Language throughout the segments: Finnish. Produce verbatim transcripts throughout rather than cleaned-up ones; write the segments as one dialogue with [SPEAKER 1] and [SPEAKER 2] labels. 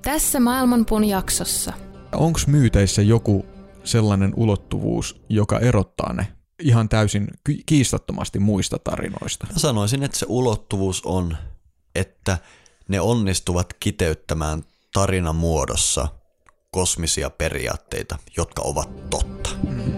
[SPEAKER 1] Tässä Maailmanpuun jaksossa.
[SPEAKER 2] Onko myyteissä joku sellainen ulottuvuus, joka erottaa ne ihan täysin kiistattomasti muista tarinoista?
[SPEAKER 3] Mä sanoisin, että se ulottuvuus on, että ne onnistuvat kiteyttämään tarinan muodossa kosmisia periaatteita, jotka ovat totta. Mm.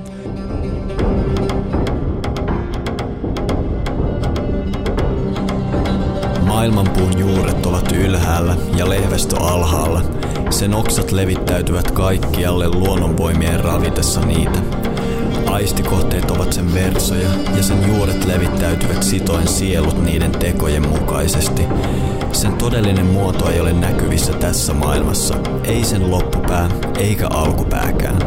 [SPEAKER 3] Maailmanpuun juuret ovat ylhäällä ja lehvästö alhaalla. Sen oksat levittäytyvät kaikkialle luonnonvoimien ravitessa niitä. Aistikohteet ovat sen versoja ja sen juuret levittäytyvät sitoen sielut niiden tekojen mukaisesti. Sen todellinen muoto ei ole näkyvissä tässä maailmassa, ei sen loppupää eikä alkupääkään.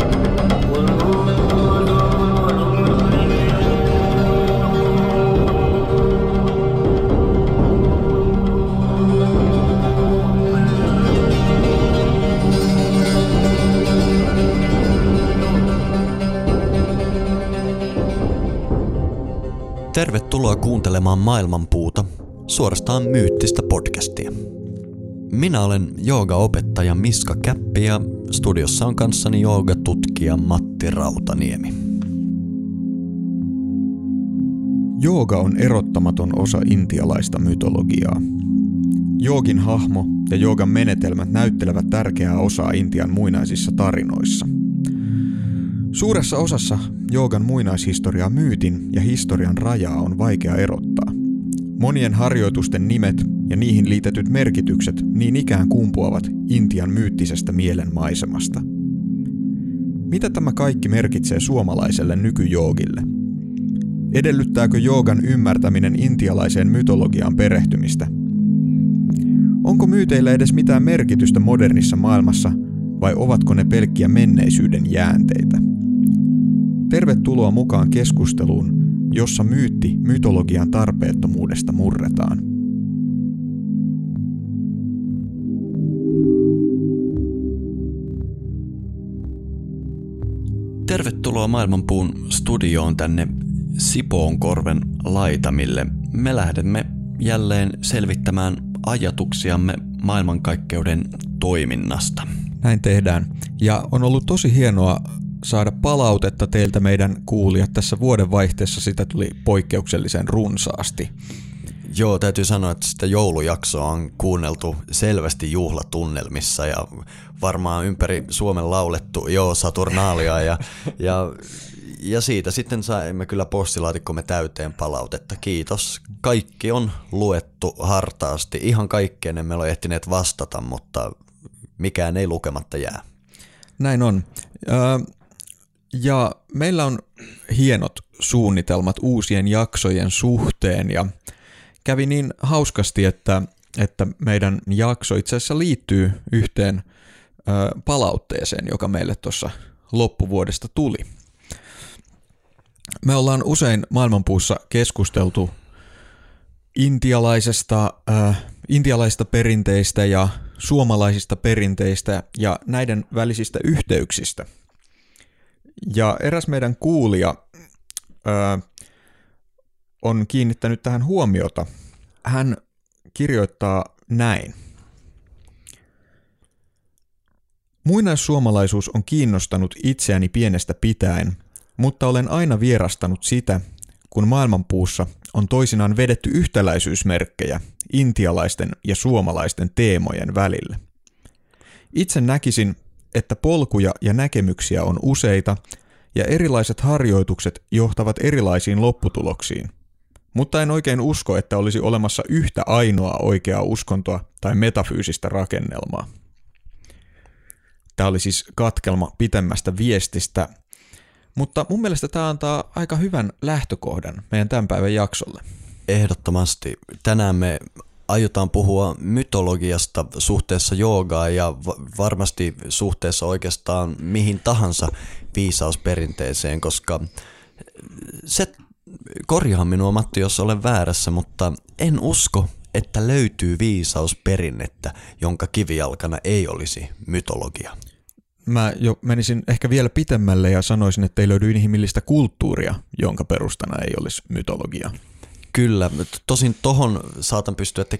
[SPEAKER 3] Tervetuloa kuuntelemaan Maailmanpuuta, suorastaan myyttistä podcastia. Minä olen joogaopettaja Miska Käppi ja studiossa on kanssani joogatutkija Matti Rautaniemi.
[SPEAKER 2] Jooga on erottamaton osa intialaista mytologiaa. Joogin hahmo ja joogan menetelmät näyttelevät tärkeää osaa Intian muinaisissa tarinoissa. Suuressa osassa joogan muinaishistoriaa myytin ja historian rajaa on vaikea erottaa. Monien harjoitusten nimet ja niihin liitetyt merkitykset niin ikään kumpuavat Intian myyttisestä mielenmaisemasta. Mitä tämä kaikki merkitsee suomalaiselle nykyjoogille? Edellyttääkö joogan ymmärtäminen intialaiseen mytologiaan perehtymistä? Onko myyteillä edes mitään merkitystä modernissa maailmassa vai ovatko ne pelkkiä menneisyyden jäänteitä? Tervetuloa mukaan keskusteluun, jossa myytti mytologian tarpeettomuudesta murretaan.
[SPEAKER 3] Tervetuloa Maailmanpuun studioon tänne Sipoonkorven laitamille. Me lähdemme jälleen selvittämään ajatuksiamme maailmankaikkeuden toiminnasta.
[SPEAKER 2] Näin tehdään. Ja on ollut tosi hienoa saada palautetta teiltä meidän kuulijat. Tässä vuodenvaihteessa sitä tuli poikkeuksellisen runsaasti.
[SPEAKER 3] Joo, täytyy sanoa, että sitä joulujaksoa on kuunneltu selvästi juhlatunnelmissa ja varmaan ympäri Suomen laulettu joo Saturnaalia ja, ja, ja siitä sitten saimme kyllä postilaatikkomme täyteen palautetta. Kiitos. Kaikki on luettu hartaasti. Ihan kaikkeen emme ole ehtineet vastata, mutta mikään ei lukematta jää.
[SPEAKER 2] Näin on. Ja meillä on hienot suunnitelmat uusien jaksojen suhteen ja kävi niin hauskasti, että, että meidän jakso itse asiassa liittyy yhteen palautteeseen, joka meille tuossa loppuvuodesta tuli. Me ollaan usein Maailmanpuussa keskusteltu intialaisesta, äh, intialaisista perinteistä ja suomalaisista perinteistä ja näiden välisistä yhteyksistä. Ja eräs meidän kuulija äh, on kiinnittänyt tähän huomiota. Hän kirjoittaa näin. Muinaissuomalaisuus on kiinnostanut itseäni pienestä pitäen, mutta olen aina vierastanut sitä, kun Maailmanpuussa on toisinaan vedetty yhtäläisyysmerkkejä intialaisten ja suomalaisten teemojen välille. Itse näkisin, että polkuja ja näkemyksiä on useita ja erilaiset harjoitukset johtavat erilaisiin lopputuloksiin, mutta en oikein usko, että olisi olemassa yhtä ainoa oikeaa uskontoa tai metafyysistä rakennelmaa. Tämä oli siis katkelma pitemmästä viestistä, mutta mun mielestä tämä antaa aika hyvän lähtökohdan meidän tämän päivän jaksolle.
[SPEAKER 3] Ehdottomasti. Tänään me aiotaan puhua mytologiasta suhteessa joogaan ja varmasti suhteessa oikeastaan mihin tahansa viisausperinteeseen, koska se korjaa minua Matti, jos olen väärässä, mutta en usko, että löytyy viisausperinnettä, jonka kivijalkana ei olisi mytologia.
[SPEAKER 2] Mä jo menisin ehkä vielä pitemmälle ja sanoisin, että ei löydy inhimillistä kulttuuria, jonka perustana ei olisi mytologia.
[SPEAKER 3] Kyllä, tosin tohon saatan pystyä tekemään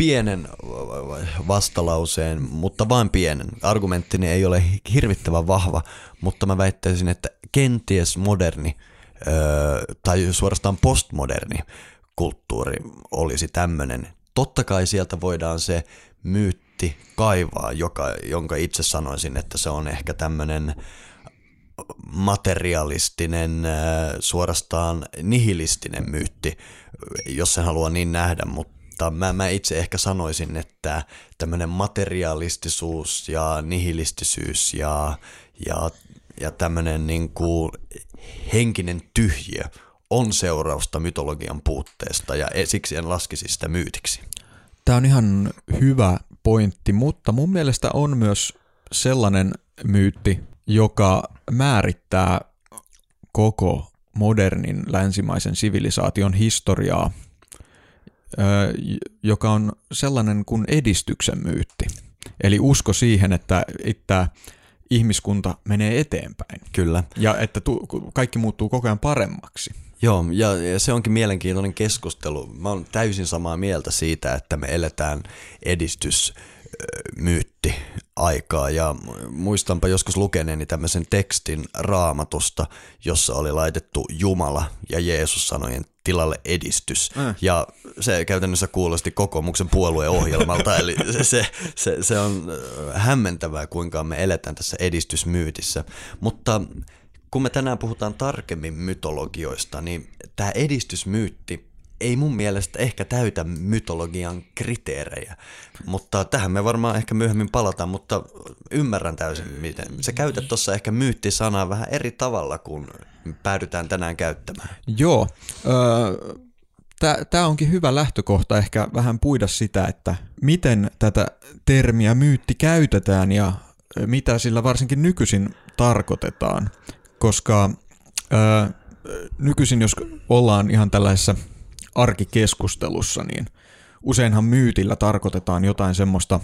[SPEAKER 3] pienen vastalauseen, mutta vain pienen. Argumenttini ei ole hirvittävän vahva, mutta mä väittäisin, että kenties moderni öö, tai suorastaan postmoderni kulttuuri olisi tämmöinen. Totta kai sieltä voidaan se myytti kaivaa, joka, jonka itse sanoisin, että se on ehkä tämmöinen materialistinen, suorastaan nihilistinen myytti, jos sen haluaa niin nähdä, mutta mä, mä itse ehkä sanoisin, että tämmöinen materialistisuus ja nihilistisyys ja, ja, ja tämmöinen niin kuin henkinen tyhjiö on seurausta mytologian puutteesta ja siksi en laskisi sitä myytiksi.
[SPEAKER 2] Tämä on ihan hyvä pointti, mutta mun mielestä on myös sellainen myytti, joka määrittää koko modernin länsimaisen sivilisaation historiaa, joka on sellainen kuin edistyksen myytti. Eli usko siihen, että, että ihmiskunta menee eteenpäin.
[SPEAKER 3] Kyllä.
[SPEAKER 2] Ja että tu- kaikki muuttuu koko ajan paremmaksi.
[SPEAKER 3] Joo, ja, ja se onkin mielenkiintoinen keskustelu. Mä oon täysin samaa mieltä siitä, että me eletään edistysmyytti aikaa ja muistanpa joskus lukeneeni tämmöisen tekstin Raamatusta, jossa oli laitettu Jumala ja Jeesus sanojen tilalle edistys. Äh. Ja se käytännössä kuulosti kokoomuksen puolueohjelmalta, eli se, se, se on hämmentävää, kuinka me eletään tässä edistysmyytissä. Mutta kun me tänään puhutaan tarkemmin mytologioista, niin tämä edistysmyytti ei mun mielestä ehkä täytä mytologian kriteerejä, mutta tähän me varmaan ehkä myöhemmin palataan, mutta ymmärrän täysin, miten. Sä käytät tuossa ehkä myyttisanaa vähän eri tavalla, kun päädytään tänään käyttämään.
[SPEAKER 2] Joo, tämä onkin hyvä lähtökohta ehkä vähän puida sitä, että miten tätä termiä myytti käytetään ja mitä sillä varsinkin nykyisin tarkoitetaan, koska ää, nykyisin jos ollaan ihan tällaisessa arkikeskustelussa, niin useinhan myytillä tarkoitetaan jotain semmoista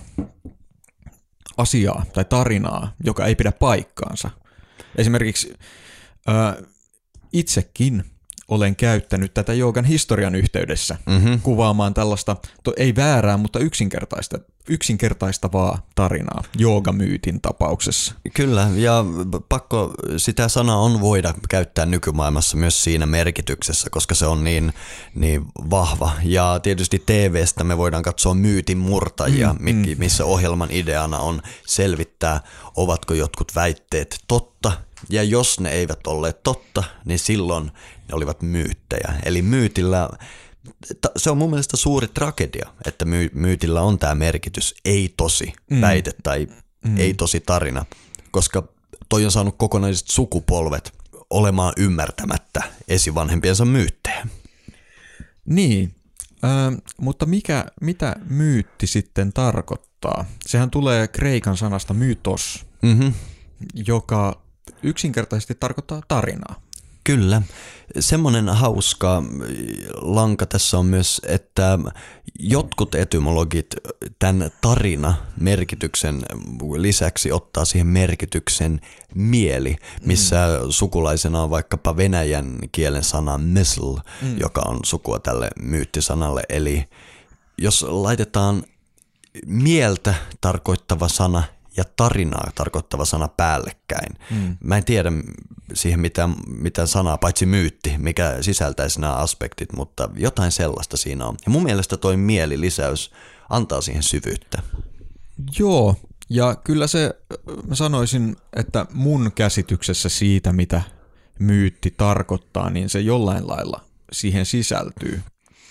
[SPEAKER 2] asiaa tai tarinaa, joka ei pidä paikkaansa. Esimerkiksi ää, itsekin olen käyttänyt tätä joogan historian yhteydessä mm-hmm. kuvaamaan tällaista, to, ei väärää, mutta yksinkertaista, yksinkertaistavaa tarinaa joogamyytin tapauksessa.
[SPEAKER 3] Kyllä, ja pakko sitä sanaa on voida käyttää nykymaailmassa myös siinä merkityksessä, koska se on niin, niin vahva. Ja tietysti T V:stä me voidaan katsoa myytin murtajia, mm, mm. missä ohjelman ideana on selvittää, ovatko jotkut väitteet totta, ja jos ne eivät olleet totta, niin silloin ne olivat myyttejä. Eli myytillä, se on mun mielestä suuri tragedia, että my, myytillä on tämä merkitys, ei tosi mm. väite tai mm. ei tosi tarina, koska toi on saanut kokonaiset sukupolvet olemaan ymmärtämättä esivanhempiensa myyttejä.
[SPEAKER 2] Niin, äh, mutta mikä, mitä myytti sitten tarkoittaa? Sehän tulee kreikan sanasta mytos, mm-hmm. joka yksinkertaisesti tarkoittaa tarinaa.
[SPEAKER 3] Kyllä. Semmoinen hauska lanka tässä on myös, että jotkut etymologit tämän tarina-merkityksen lisäksi ottaa siihen merkityksen mieli, missä mm. sukulaisena on vaikkapa venäjän kielen sana mysl, mm. joka on sukua tälle myyttisanalle. Eli jos laitetaan mieltä tarkoittava sana ja tarinaa tarkoittava sana päällekkäin. Hmm. Mä en tiedä siihen mitään, mitään sanaa, paitsi myytti, mikä sisältäisi nämä aspektit, mutta jotain sellaista siinä on. Ja mun mielestä toi mielilisäys antaa siihen syvyyttä.
[SPEAKER 2] Joo, ja kyllä se, mä sanoisin, että mun käsityksessä siitä, mitä myytti tarkoittaa, niin se jollain lailla siihen sisältyy.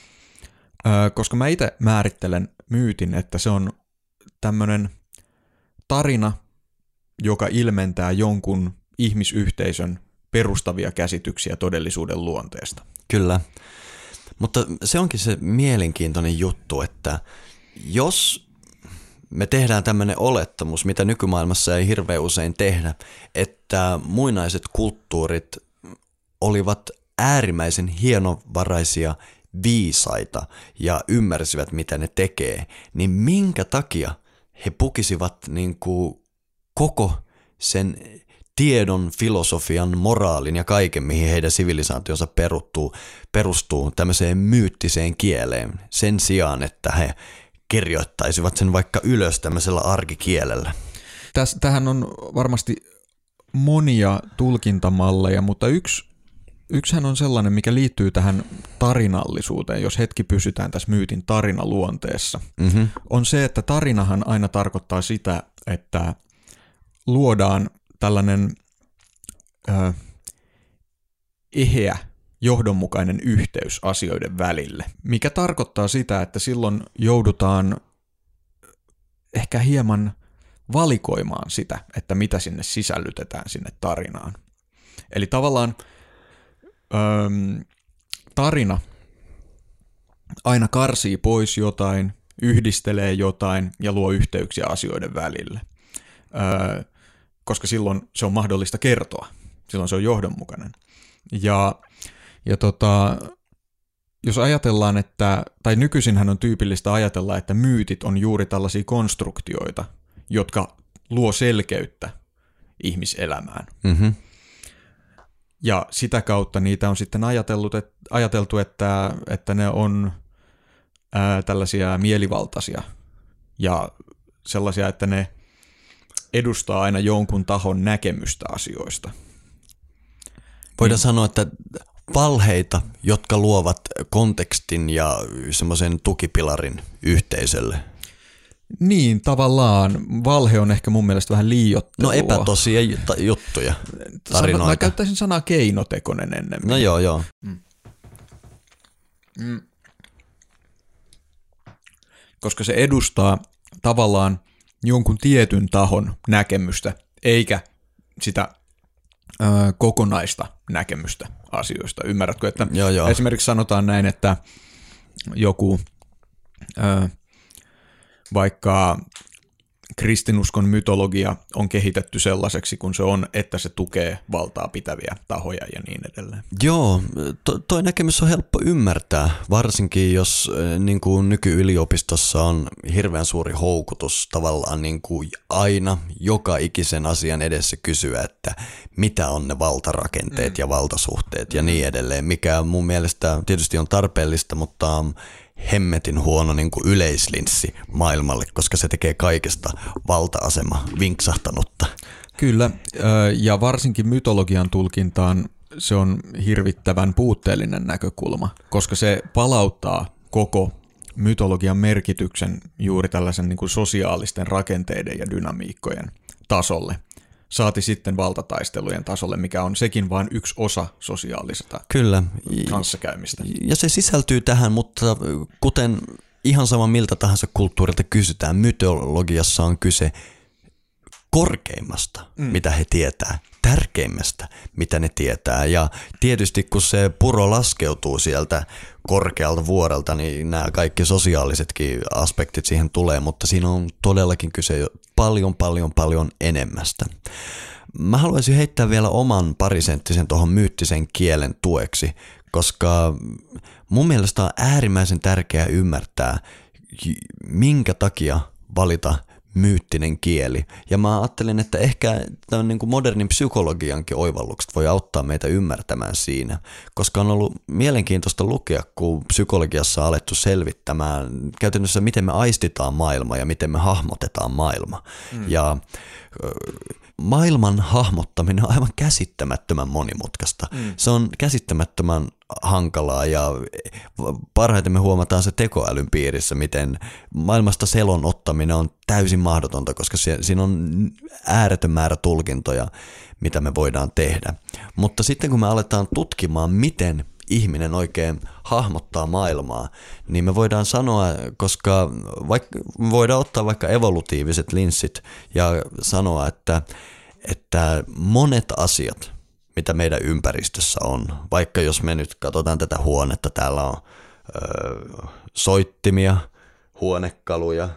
[SPEAKER 2] Ö, koska mä itse määrittelen myytin, että se on tämmöinen tarina, joka ilmentää jonkun ihmisyhteisön perustavia käsityksiä todellisuuden luonteesta.
[SPEAKER 3] Kyllä, mutta se onkin se mielenkiintoinen juttu, että jos me tehdään tämmöinen olettamus, mitä nykymaailmassa ei hirveän usein tehdä, että muinaiset kulttuurit olivat äärimmäisen hienovaraisia, viisaita ja ymmärsivät, mitä ne tekee, niin minkä takia he pukisivat niin kuin koko sen tiedon, filosofian, moraalin ja kaiken, mihin heidän sivilisaationsa perustuu, perustuu tämmöiseen myyttiseen kieleen sen sijaan, että he kirjoittaisivat sen vaikka ylös tämmöisellä arkikielellä?
[SPEAKER 2] Täs, tähän on varmasti monia tulkintamalleja, mutta yksi, yksihän on sellainen, mikä liittyy tähän tarinallisuuteen, jos hetki pysytään tässä myytin tarinaluonteessa. Mm-hmm. On se, että tarinahan aina tarkoittaa sitä, että luodaan tällainen ö, eheä, johdonmukainen yhteys asioiden välille, mikä tarkoittaa sitä, että silloin joudutaan ehkä hieman valikoimaan sitä, että mitä sinne sisällytetään sinne tarinaan. Eli tavallaan öö, tarina aina karsii pois jotain, yhdistelee jotain ja luo yhteyksiä asioiden välille, öö, koska silloin se on mahdollista kertoa, silloin se on johdonmukainen. Ja, ja tota, jos ajatellaan, että, tai nykyisinhän on tyypillistä ajatella, että myytit on juuri tällaisia konstruktioita, jotka luo selkeyttä ihmiselämään. Mm-hmm. Ja sitä kautta niitä on sitten ajatellut, et, ajateltu, että, että ne on ää, tällaisia mielivaltaisia ja sellaisia, että ne edustaa aina jonkun tahon näkemystä asioista.
[SPEAKER 3] Voidaan niin sanoa, että valheita, jotka luovat kontekstin ja semmoisen tukipilarin yhteisölle.
[SPEAKER 2] Niin, tavallaan. Valhe on ehkä mun mielestä vähän liioittelua.
[SPEAKER 3] No epätosia juttuja, tarinoita.
[SPEAKER 2] Mä käyttäisin sanaa keinotekoinen ennemmin.
[SPEAKER 3] No joo, joo.
[SPEAKER 2] Mm. Mm. Koska se edustaa tavallaan jonkun tietyn tahon näkemystä, eikä sitä ö, kokonaista näkemystä asioista. Ymmärrätkö, että
[SPEAKER 3] joo, joo.
[SPEAKER 2] Esimerkiksi sanotaan näin, että joku ö, vaikka kristinuskon mytologia on kehitetty sellaiseksi, kun se on, että se tukee valtaa pitäviä tahoja ja niin edelleen.
[SPEAKER 3] Joo, to, toi näkemys on helppo ymmärtää, varsinkin jos niin kuin nykyyliopistossa on hirveän suuri houkutus tavallaan niin kuin aina joka ikisen asian edessä kysyä, että mitä on ne valtarakenteet mm. ja valtasuhteet ja niin edelleen, mikä mun mielestä tietysti on tarpeellista, mutta hemmetin huono niin kuin yleislinssi maailmalle, koska se tekee kaikesta valta-asema vinksahtanutta.
[SPEAKER 2] Kyllä, ja varsinkin mytologian tulkintaan se on hirvittävän puutteellinen näkökulma, koska se palauttaa koko mytologian merkityksen juuri tällaisen niin kuin sosiaalisten rakenteiden ja dynamiikkojen tasolle. Saati sitten valtataistelujen tasolle, mikä on sekin vain yksi osa sosiaalista
[SPEAKER 3] Kyllä.
[SPEAKER 2] kanssakäymistä.
[SPEAKER 3] Ja se sisältyy tähän, mutta kuten ihan sama miltä tahansa kulttuurilta kysytään, mytologiassa on kyse korkeimmasta, mm. mitä he tietää, tärkeimmästä, mitä ne tietää. Ja tietysti kun se puro laskeutuu sieltä korkealta vuorelta, niin nämä kaikki sosiaalisetkin aspektit siihen tulee, mutta siinä on todellakin kyse paljon, paljon, paljon enemmästä. Mä haluaisin heittää vielä oman parisenttisen tuohon myyttisen kielen tueksi, koska mun mielestä on äärimmäisen tärkeää ymmärtää, minkä takia valita myyttinen kieli. Ja mä ajattelin, että ehkä tämän niin kuin modernin psykologiankin oivallukset voi auttaa meitä ymmärtämään siinä, koska on ollut mielenkiintoista lukea, kun psykologiassa on alettu selvittämään käytännössä, miten me aistitaan maailma ja miten me hahmotetaan maailma. Mm. Ja maailman hahmottaminen on aivan käsittämättömän monimutkaista. Mm. Se on käsittämättömän hankalaa ja parhaiten me huomataan se tekoälyn piirissä, miten maailmasta selon ottaminen on täysin mahdotonta, koska siinä on ääretön määrä tulkintoja, mitä me voidaan tehdä. Mutta sitten kun me aletaan tutkimaan, miten ihminen oikein hahmottaa maailmaa, niin me voidaan sanoa, koska vaikka, me voidaan ottaa vaikka evolutiiviset linssit ja sanoa, että, että monet asiat, mitä meidän ympäristössä on, vaikka jos me nyt katsotaan tätä huonetta, täällä on ö, soittimia, huonekaluja,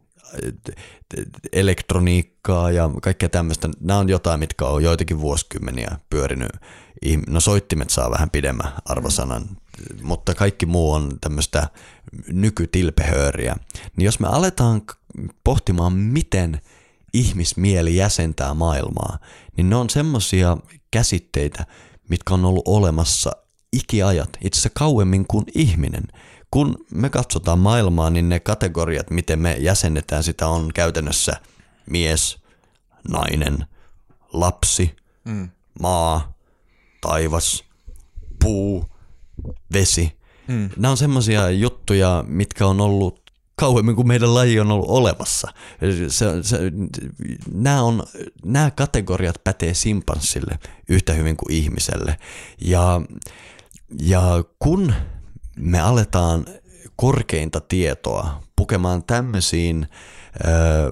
[SPEAKER 3] elektroniikkaa ja kaikkea tämmöistä. Nämä on jotain, mitkä on joitakin vuosikymmeniä pyörinyt. No soittimet saa vähän pidemmän arvosanan, mutta kaikki muu on tämmöistä nykytilpehööriä. Niin jos me aletaan pohtimaan, miten ihmismieli jäsentää maailmaa, niin ne on semmoisia käsitteitä, mitkä on ollut olemassa ikiajat, itse asiassa kauemmin kuin ihminen, kun me katsotaan maailmaa, niin ne kategoriat, miten me jäsennetään sitä, on käytännössä mies, nainen, lapsi, mm. maa, taivas, puu, vesi. Mm. Nämä on semmoisia juttuja, mitkä on ollut kauemmin kuin meidän laji on ollut olemassa. Se, se, nämä, on, nämä kategoriat pätee simpanssille yhtä hyvin kuin ihmiselle. Ja, ja kun me aletaan korkeinta tietoa pukemaan tämmöisiin, öö,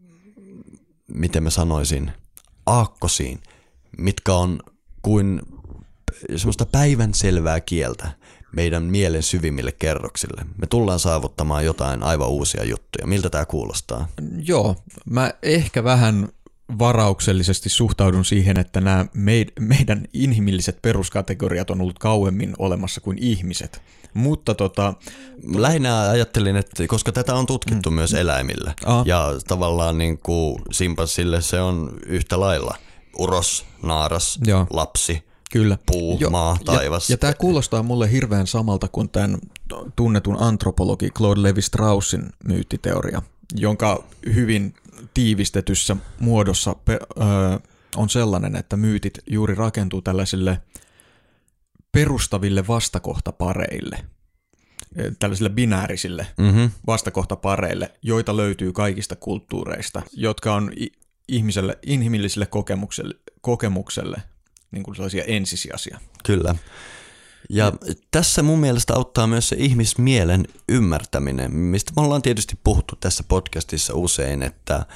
[SPEAKER 3] miten mä sanoisin, aakkosiin, mitkä on kuin semmoista päivänselvää kieltä meidän mielen syvimmille kerroksille. Me tullaan saavuttamaan jotain aivan uusia juttuja. Miltä tämä kuulostaa?
[SPEAKER 2] Joo, mä ehkä vähän varauksellisesti suhtaudun siihen, että nämä meidän inhimilliset peruskategoriat on ollut kauemmin olemassa kuin ihmiset. Mutta tota...
[SPEAKER 3] Lähinnä ajattelin, että koska tätä on tutkittu mm. myös eläimillä ah. ja tavallaan niin kuin simpanssille se on yhtä lailla uros, naaras, Joo. lapsi, Kyllä. puu, jo, maa, taivas.
[SPEAKER 2] Ja, ja tämä kuulostaa mulle hirveän samalta kuin tämän tunnetun antropologi Claude Lévi-Straussin myyttiteoria, jonka hyvin tiivistetyssä muodossa pe, ö, on sellainen, että myytit juuri rakentuu tällaisille perustaville vastakohtapareille, tällaisille binäärisille mm-hmm. vastakohtapareille, joita löytyy kaikista kulttuureista, jotka on ihmiselle, inhimilliselle kokemukselle, kokemukselle niin kuin sellaisia ensisijaisia.
[SPEAKER 3] Kyllä. Ja tässä mun mielestä auttaa myös se ihmismielen ymmärtäminen, mistä me ollaan tietysti puhuttu tässä podcastissa usein, että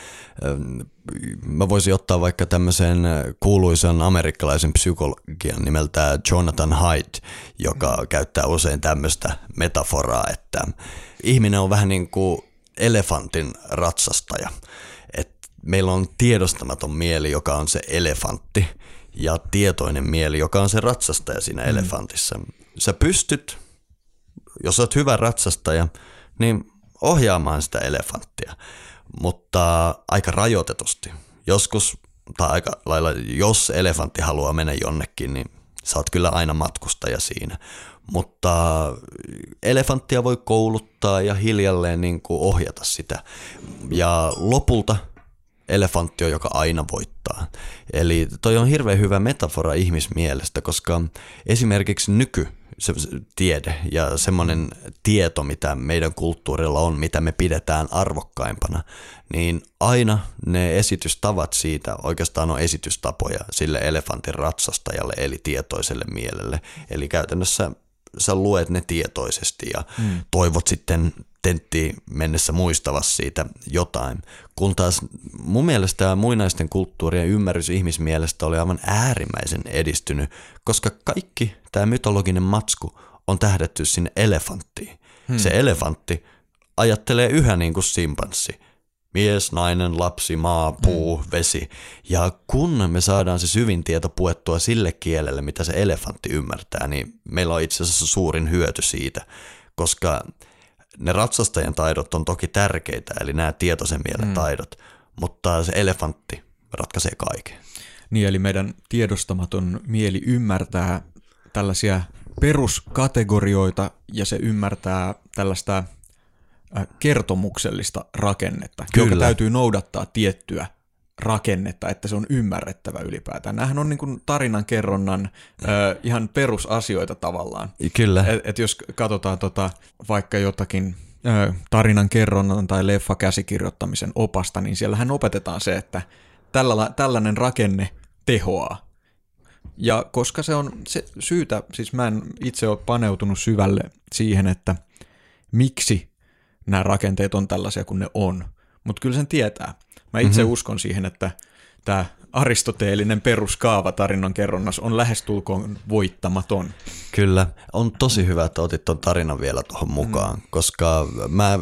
[SPEAKER 3] mä voisin ottaa vaikka tämmöisen kuuluisan amerikkalaisen psykologian nimeltä Jonathan Haidt, joka mm. käyttää usein tämmöistä metaforaa, että ihminen on vähän niin kuin elefantin ratsastaja. Että meillä on tiedostamaton mieli, joka on se elefantti, ja tietoinen mieli, joka on se ratsastaja siinä mm. elefantissa. Sä pystyt, jos olet hyvä ratsastaja, niin ohjaamaan sitä elefanttia, mutta aika rajoitetusti. Joskus, tai aika lailla, jos elefantti haluaa mennä jonnekin, niin sä oot kyllä aina matkustaja siinä. Mutta elefanttia voi kouluttaa ja hiljalleen niin kuin ohjata sitä. Ja lopulta elefantti on, joka aina voittaa. Eli toi on hirveän hyvä metafora ihmismielestä, koska esimerkiksi nyky se, se tiede ja semmoinen tieto, mitä meidän kulttuurilla on, mitä me pidetään arvokkaimpana, niin aina ne esitystavat siitä oikeastaan on esitystapoja sille elefantin ratsastajalle eli tietoiselle mielelle. Eli käytännössä sä luet ne tietoisesti ja mm. toivot sitten tenttiin mennessä muistavasi siitä jotain. Kun taas mun mielestä muinaisten kulttuurien ymmärrys ihmismielestä oli aivan äärimmäisen edistynyt, koska kaikki tämä mytologinen matsku on tähdätty sinne elefanttiin. Hmm. Se elefantti ajattelee yhä niin kuin simpanssi. Mies, nainen, lapsi, maa, puu, hmm. vesi. Ja kun me saadaan se syvin tieto puettua sille kielelle, mitä se elefantti ymmärtää, niin meillä on itse asiassa suurin hyöty siitä, koska ne ratsastajan taidot on toki tärkeitä, eli nämä tietoisen mielen mm. taidot, mutta se elefantti ratkaisee kaiken.
[SPEAKER 2] Niin, eli meidän tiedostamaton mieli ymmärtää tällaisia peruskategorioita ja se ymmärtää tällaista kertomuksellista rakennetta, Kyllä. joka täytyy noudattaa tiettyä rakennetta, että se on ymmärrettävä ylipäätään. Nämähän on niin kuin tarinan kerronnan ö, ihan perusasioita tavallaan.
[SPEAKER 3] Kyllä.
[SPEAKER 2] Et, et jos katsotaan tota, vaikka jotakin ö, tarinan kerronnan tai leffa käsikirjoittamisen opasta, niin siellähän opetetaan se, että tällä, tällainen rakenne tehoaa. Ja koska se on se syytä, siis mä en itse ole paneutunut syvälle siihen, että miksi nämä rakenteet on tällaisia kuin ne on, mutta kyllä sen tietää. Mä itse mm-hmm. uskon siihen, että tämä aristoteellinen peruskaava tarinan kerronnassa on lähestulkoon voittamaton.
[SPEAKER 3] Kyllä. On tosi hyvä, että otit ton tarinan vielä tuohon mukaan, mm. koska mä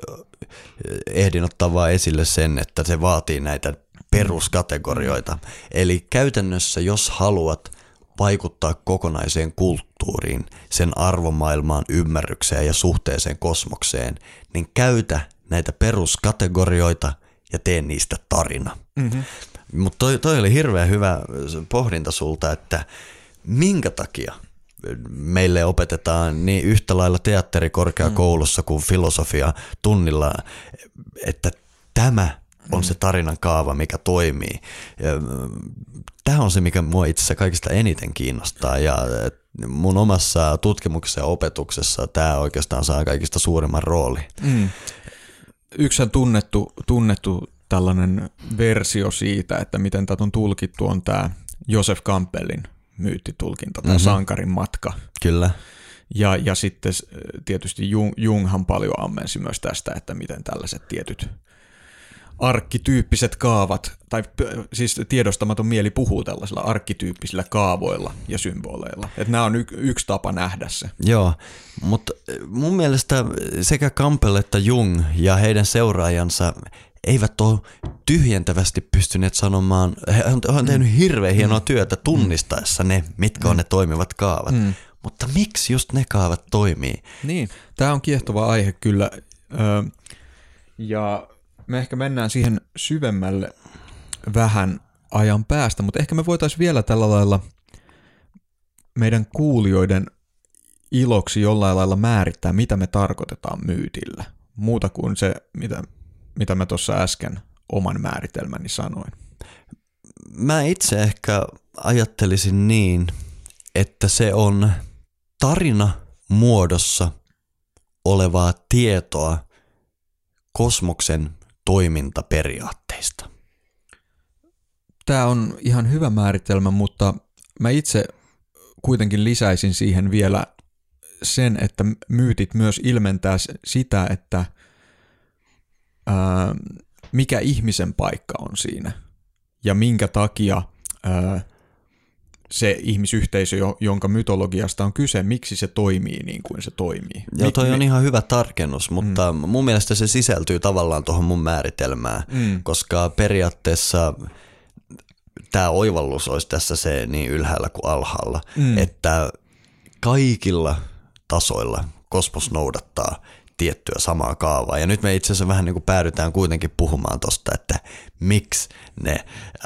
[SPEAKER 3] ehdin ottaa vaan esille sen, että se vaatii näitä peruskategorioita. Mm. Eli käytännössä, jos haluat vaikuttaa kokonaiseen kulttuuriin, sen arvomaailmaan, ymmärrykseen ja suhteeseen kosmokseen, niin käytä näitä peruskategorioita ja tee niistä tarina. Mm-hmm. Mutta toi, toi oli hirveän hyvä pohdinta sulta, että minkä takia meille opetetaan niin yhtä lailla teatterikorkeakoulussa kuin filosofia tunnilla, että tämä on se tarinan kaava, mikä toimii. Tämä on se, mikä mua itse asiassa kaikista eniten kiinnostaa ja mun omassa tutkimuksessa ja opetuksessa tämä oikeastaan saa kaikista suurimman rooli. Mm.
[SPEAKER 2] Yksi tunnettu, tunnettu tällainen versio siitä, että miten tätä on tulkittu, on tämä Joseph Campbellin myyttitulkinta, tämä mm-hmm. sankarin matka.
[SPEAKER 3] Kyllä.
[SPEAKER 2] Ja, ja sitten tietysti Jung, Junghan paljon ammensi myös tästä, että miten tällaiset tietyt arkkityyppiset kaavat, tai siis tiedostamaton mieli puhuu tällaisilla arkkityyppisillä kaavoilla ja symboleilla. Että nämä on y- yksi tapa nähdä se.
[SPEAKER 3] Joo, mutta mun mielestä sekä Campbell että Jung ja heidän seuraajansa eivät ole tyhjentävästi pystyneet sanomaan, he on tehnyt hirveän hienoa työtä tunnistaessa ne, mitkä on ne toimivat kaavat. Mm. Mutta miksi just ne kaavat toimii?
[SPEAKER 2] Niin, tämä on kiehtova aihe kyllä. Öö, ja me ehkä mennään siihen syvemmälle vähän ajan päästä, mutta ehkä me voitaisiin vielä tällä lailla meidän kuulijoiden iloksi jollain lailla määrittää, mitä me tarkoitetaan myytillä. Muuta kuin se, mitä, mitä mä tuossa äsken oman määritelmäni sanoin.
[SPEAKER 3] Mä itse ehkä ajattelisin niin, että se on tarina muodossa olevaa tietoa kosmoksen toimintaperiaatteista.
[SPEAKER 2] Tämä on ihan hyvä määritelmä, mutta mä itse kuitenkin lisäisin siihen vielä sen, että myytit myös ilmentää sitä, että ää, mikä ihmisen paikka on siinä ja minkä takia ää, se ihmisyhteisö, jonka mytologiasta on kyse, miksi se toimii niin kuin se toimii.
[SPEAKER 3] Joo, toi on ihan hyvä tarkennus, mutta mm. mun mielestä se sisältyy tavallaan tuohon mun määritelmään, mm. koska periaatteessa tämä oivallus olisi tässä se niin ylhäällä kuin alhaalla, mm. että kaikilla tasoilla kosmos noudattaa tiettyä samaa kaavaa. Ja nyt me itse asiassa vähän niin kuin päädytään kuitenkin puhumaan tosta, että miksi ne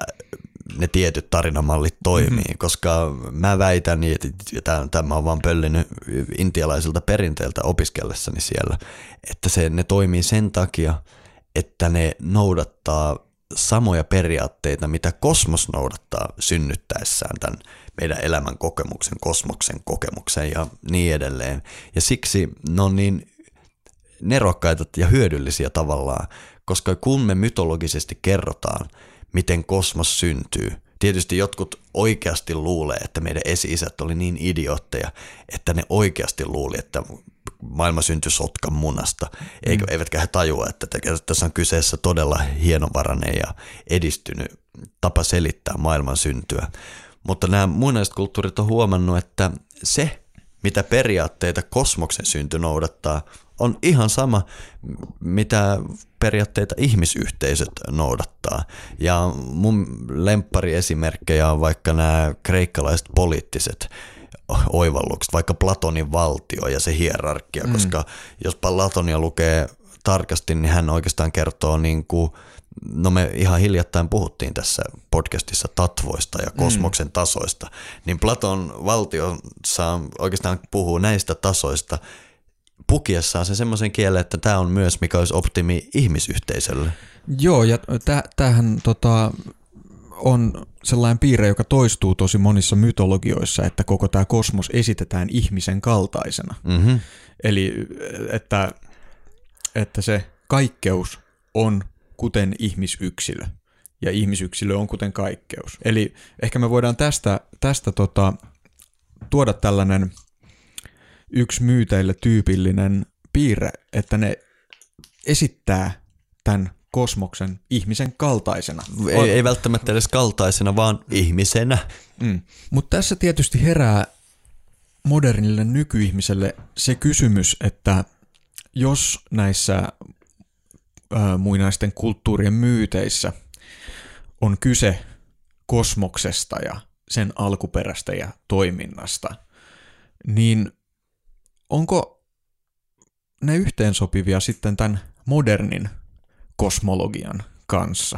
[SPEAKER 3] ne tietyt tarinamallit toimii, mm-hmm. koska mä väitän, että tämä on vaan pöllinyt intialaisilta perinteiltä opiskellessani siellä, että se, ne toimii sen takia, että ne noudattaa samoja periaatteita, mitä kosmos noudattaa synnyttäessään tämän meidän elämän kokemuksen, kosmoksen kokemuksen ja niin edelleen. Ja siksi ne on niin nerokkaita ja hyödyllisiä tavallaan, koska kun me mytologisesti kerrotaan, miten kosmos syntyy. Tietysti jotkut oikeasti luulee, että meidän esi-isät oli niin idiootteja, että ne oikeasti luuli, että maailma syntyi sotkan munasta. Eikö, mm. Eivätkä he tajua, että tässä on kyseessä todella hienovarainen ja edistynyt tapa selittää maailman syntyä. Mutta nämä muinaiset kulttuurit on huomannut, että se, mitä periaatteita kosmoksen synty noudattaa, on ihan sama, mitä periaatteita ihmisyhteisöt noudattaa. Ja mun lemppariesimerkkejä on vaikka nämä kreikkalaiset poliittiset oivallukset, vaikka Platonin valtio ja se hierarkia, mm. koska jos Platonia lukee tarkasti, niin hän oikeastaan kertoo niin kuin, no me ihan hiljattain puhuttiin tässä podcastissa tatvoista ja kosmoksen mm. tasoista, niin Platon valtiossa oikeastaan puhuu näistä tasoista pukiessaan se semmoisen kielen, että tämä on myös, mikä olisi optimi ihmisyhteisölle.
[SPEAKER 2] Joo, ja tämähän tota, on sellainen piirre, joka toistuu tosi monissa mytologioissa, että koko tämä kosmos esitetään ihmisen kaltaisena. Mm-hmm. Eli että, että se kaikkeus on kuten ihmisyksilö, ja ihmisyksilö on kuten kaikkeus. Eli ehkä me voidaan tästä, tästä tota, tuoda tällainen yksi myyteille tyypillinen piirre, että ne esittää tämän kosmoksen ihmisen kaltaisena.
[SPEAKER 3] Ei, ei välttämättä edes kaltaisena, vaan ihmisenä.
[SPEAKER 2] Mm. Mutta tässä tietysti herää modernille nykyihmiselle se kysymys, että jos näissä ää, muinaisten kulttuurien myyteissä on kyse kosmoksesta ja sen alkuperästä ja toiminnasta, niin onko ne yhteensopivia sitten tämän modernin kosmologian kanssa?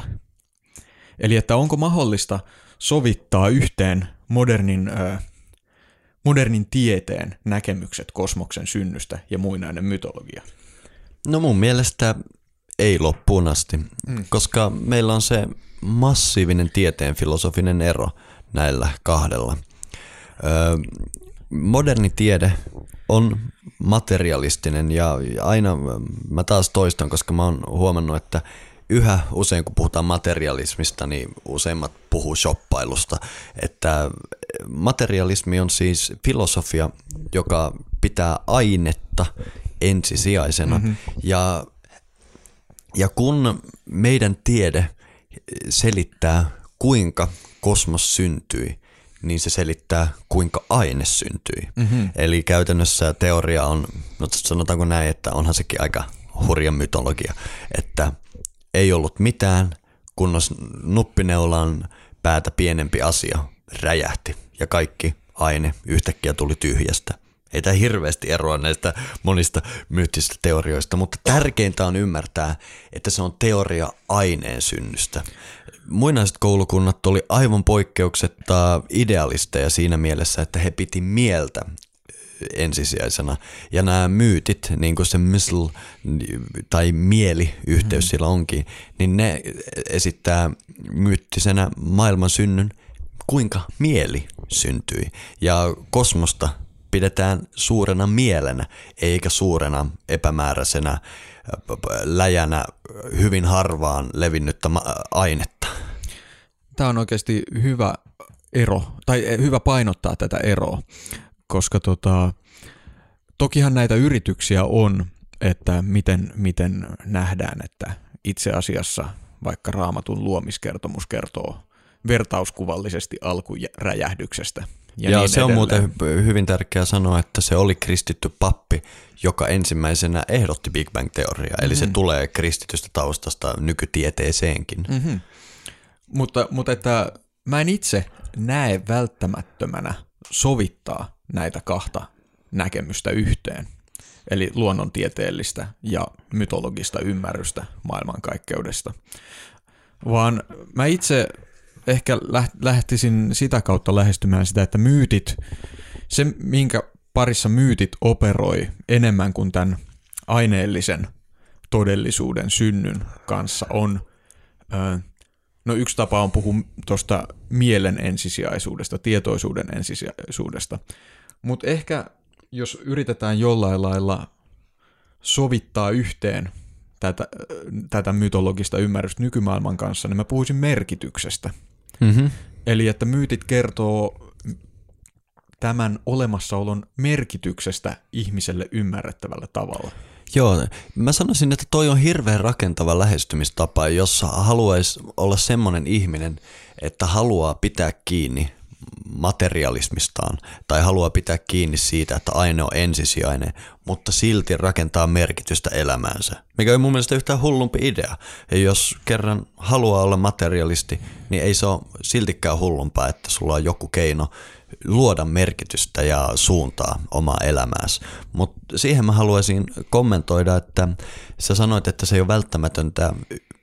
[SPEAKER 2] Eli että onko mahdollista sovittaa yhteen modernin ö, modernin tieteen näkemykset kosmoksen synnystä ja muinainen mytologia?
[SPEAKER 3] No mun mielestä ei loppuun asti, mm. koska meillä on se massiivinen tieteen filosofinen ero näillä kahdella. Öö, moderni tiede on materialistinen ja aina mä taas toistan, koska mä oon huomannut, että yhä usein kun puhutaan materialismista, niin useimmat puhuu shoppailusta, että materialismi on siis filosofia, joka pitää ainetta ensisijaisena mm-hmm. ja, ja kun meidän tiede selittää kuinka kosmos syntyi, niin se selittää kuinka aine syntyi. Mm-hmm. Eli käytännössä teoria on, no sanotaanko näin, että onhan sekin aika hurja mytologia, että ei ollut mitään, kunnes nuppineulan päätä pienempi asia räjähti ja kaikki aine yhtäkkiä tuli tyhjästä. Ei tämä hirveästi eroa näistä monista myyttisistä teorioista, mutta tärkeintä on ymmärtää, että se on teoria aineen synnystä. Muinaiset koulukunnat oli aivan poikkeuksetta idealisteja siinä mielessä, että he piti mieltä ensisijaisena. Ja nämä myytit, niin kuin se mysl tai mieli-yhteys mm. sillä onkin, niin ne esittää myyttisenä maailman synnyn, kuinka mieli syntyi. Ja kosmosta pidetään suurena mielenä, eikä suurena epämääräisenä läjänä hyvin harvaan levinnyttä ainetta.
[SPEAKER 2] Tämä on oikeasti hyvä ero, tai hyvä painottaa tätä eroa, koska tota, tokihan näitä yrityksiä on, että miten, miten nähdään, että itse asiassa vaikka Raamatun luomiskertomus kertoo vertauskuvallisesti alkuräjähdyksestä. Ja,
[SPEAKER 3] ja
[SPEAKER 2] niin
[SPEAKER 3] se on
[SPEAKER 2] edelleen.
[SPEAKER 3] muuten hyvin tärkeää sanoa, että se oli kristitty pappi, joka ensimmäisenä ehdotti Big Bang-teoriaa, mm-hmm. eli se tulee kristitystä taustasta nykytieteeseenkin.
[SPEAKER 2] Mm-hmm. Mutta, mutta että mä en itse näe välttämättömänä sovittaa näitä kahta näkemystä yhteen, eli luonnontieteellistä ja mytologista ymmärrystä maailmankaikkeudesta, vaan mä itse ehkä lähtisin sitä kautta lähestymään sitä, että myytit, se minkä parissa myytit operoi enemmän kuin tämän aineellisen todellisuuden synnyn kanssa on, no yksi tapa on puhua tuosta mielen ensisijaisuudesta, tietoisuuden ensisijaisuudesta, mutta ehkä jos yritetään jollain lailla sovittaa yhteen tätä, tätä mytologista ymmärrystä nykymaailman kanssa, niin mä puhuisin merkityksestä. Mm-hmm. Eli että myytit kertoo tämän olemassaolon merkityksestä ihmiselle ymmärrettävällä tavalla.
[SPEAKER 3] Joo, mä sanoisin, että toi on hirveän rakentava lähestymistapa, jossa haluaisi olla semmoinen ihminen, että haluaa pitää kiinni materialismistaan tai haluaa pitää kiinni siitä, että aine on ensisijainen, mutta silti rakentaa merkitystä elämäänsä. Mikä on mun mielestä yhtään hullumpi idea. Ja jos kerran haluaa olla materialisti, niin ei se ole siltikään hullumpaa, että sulla on joku keino luoda merkitystä ja suuntaa omaa elämääsi. Mutta siihen mä haluaisin kommentoida, että sä sanoit, että se ei ole välttämätöntä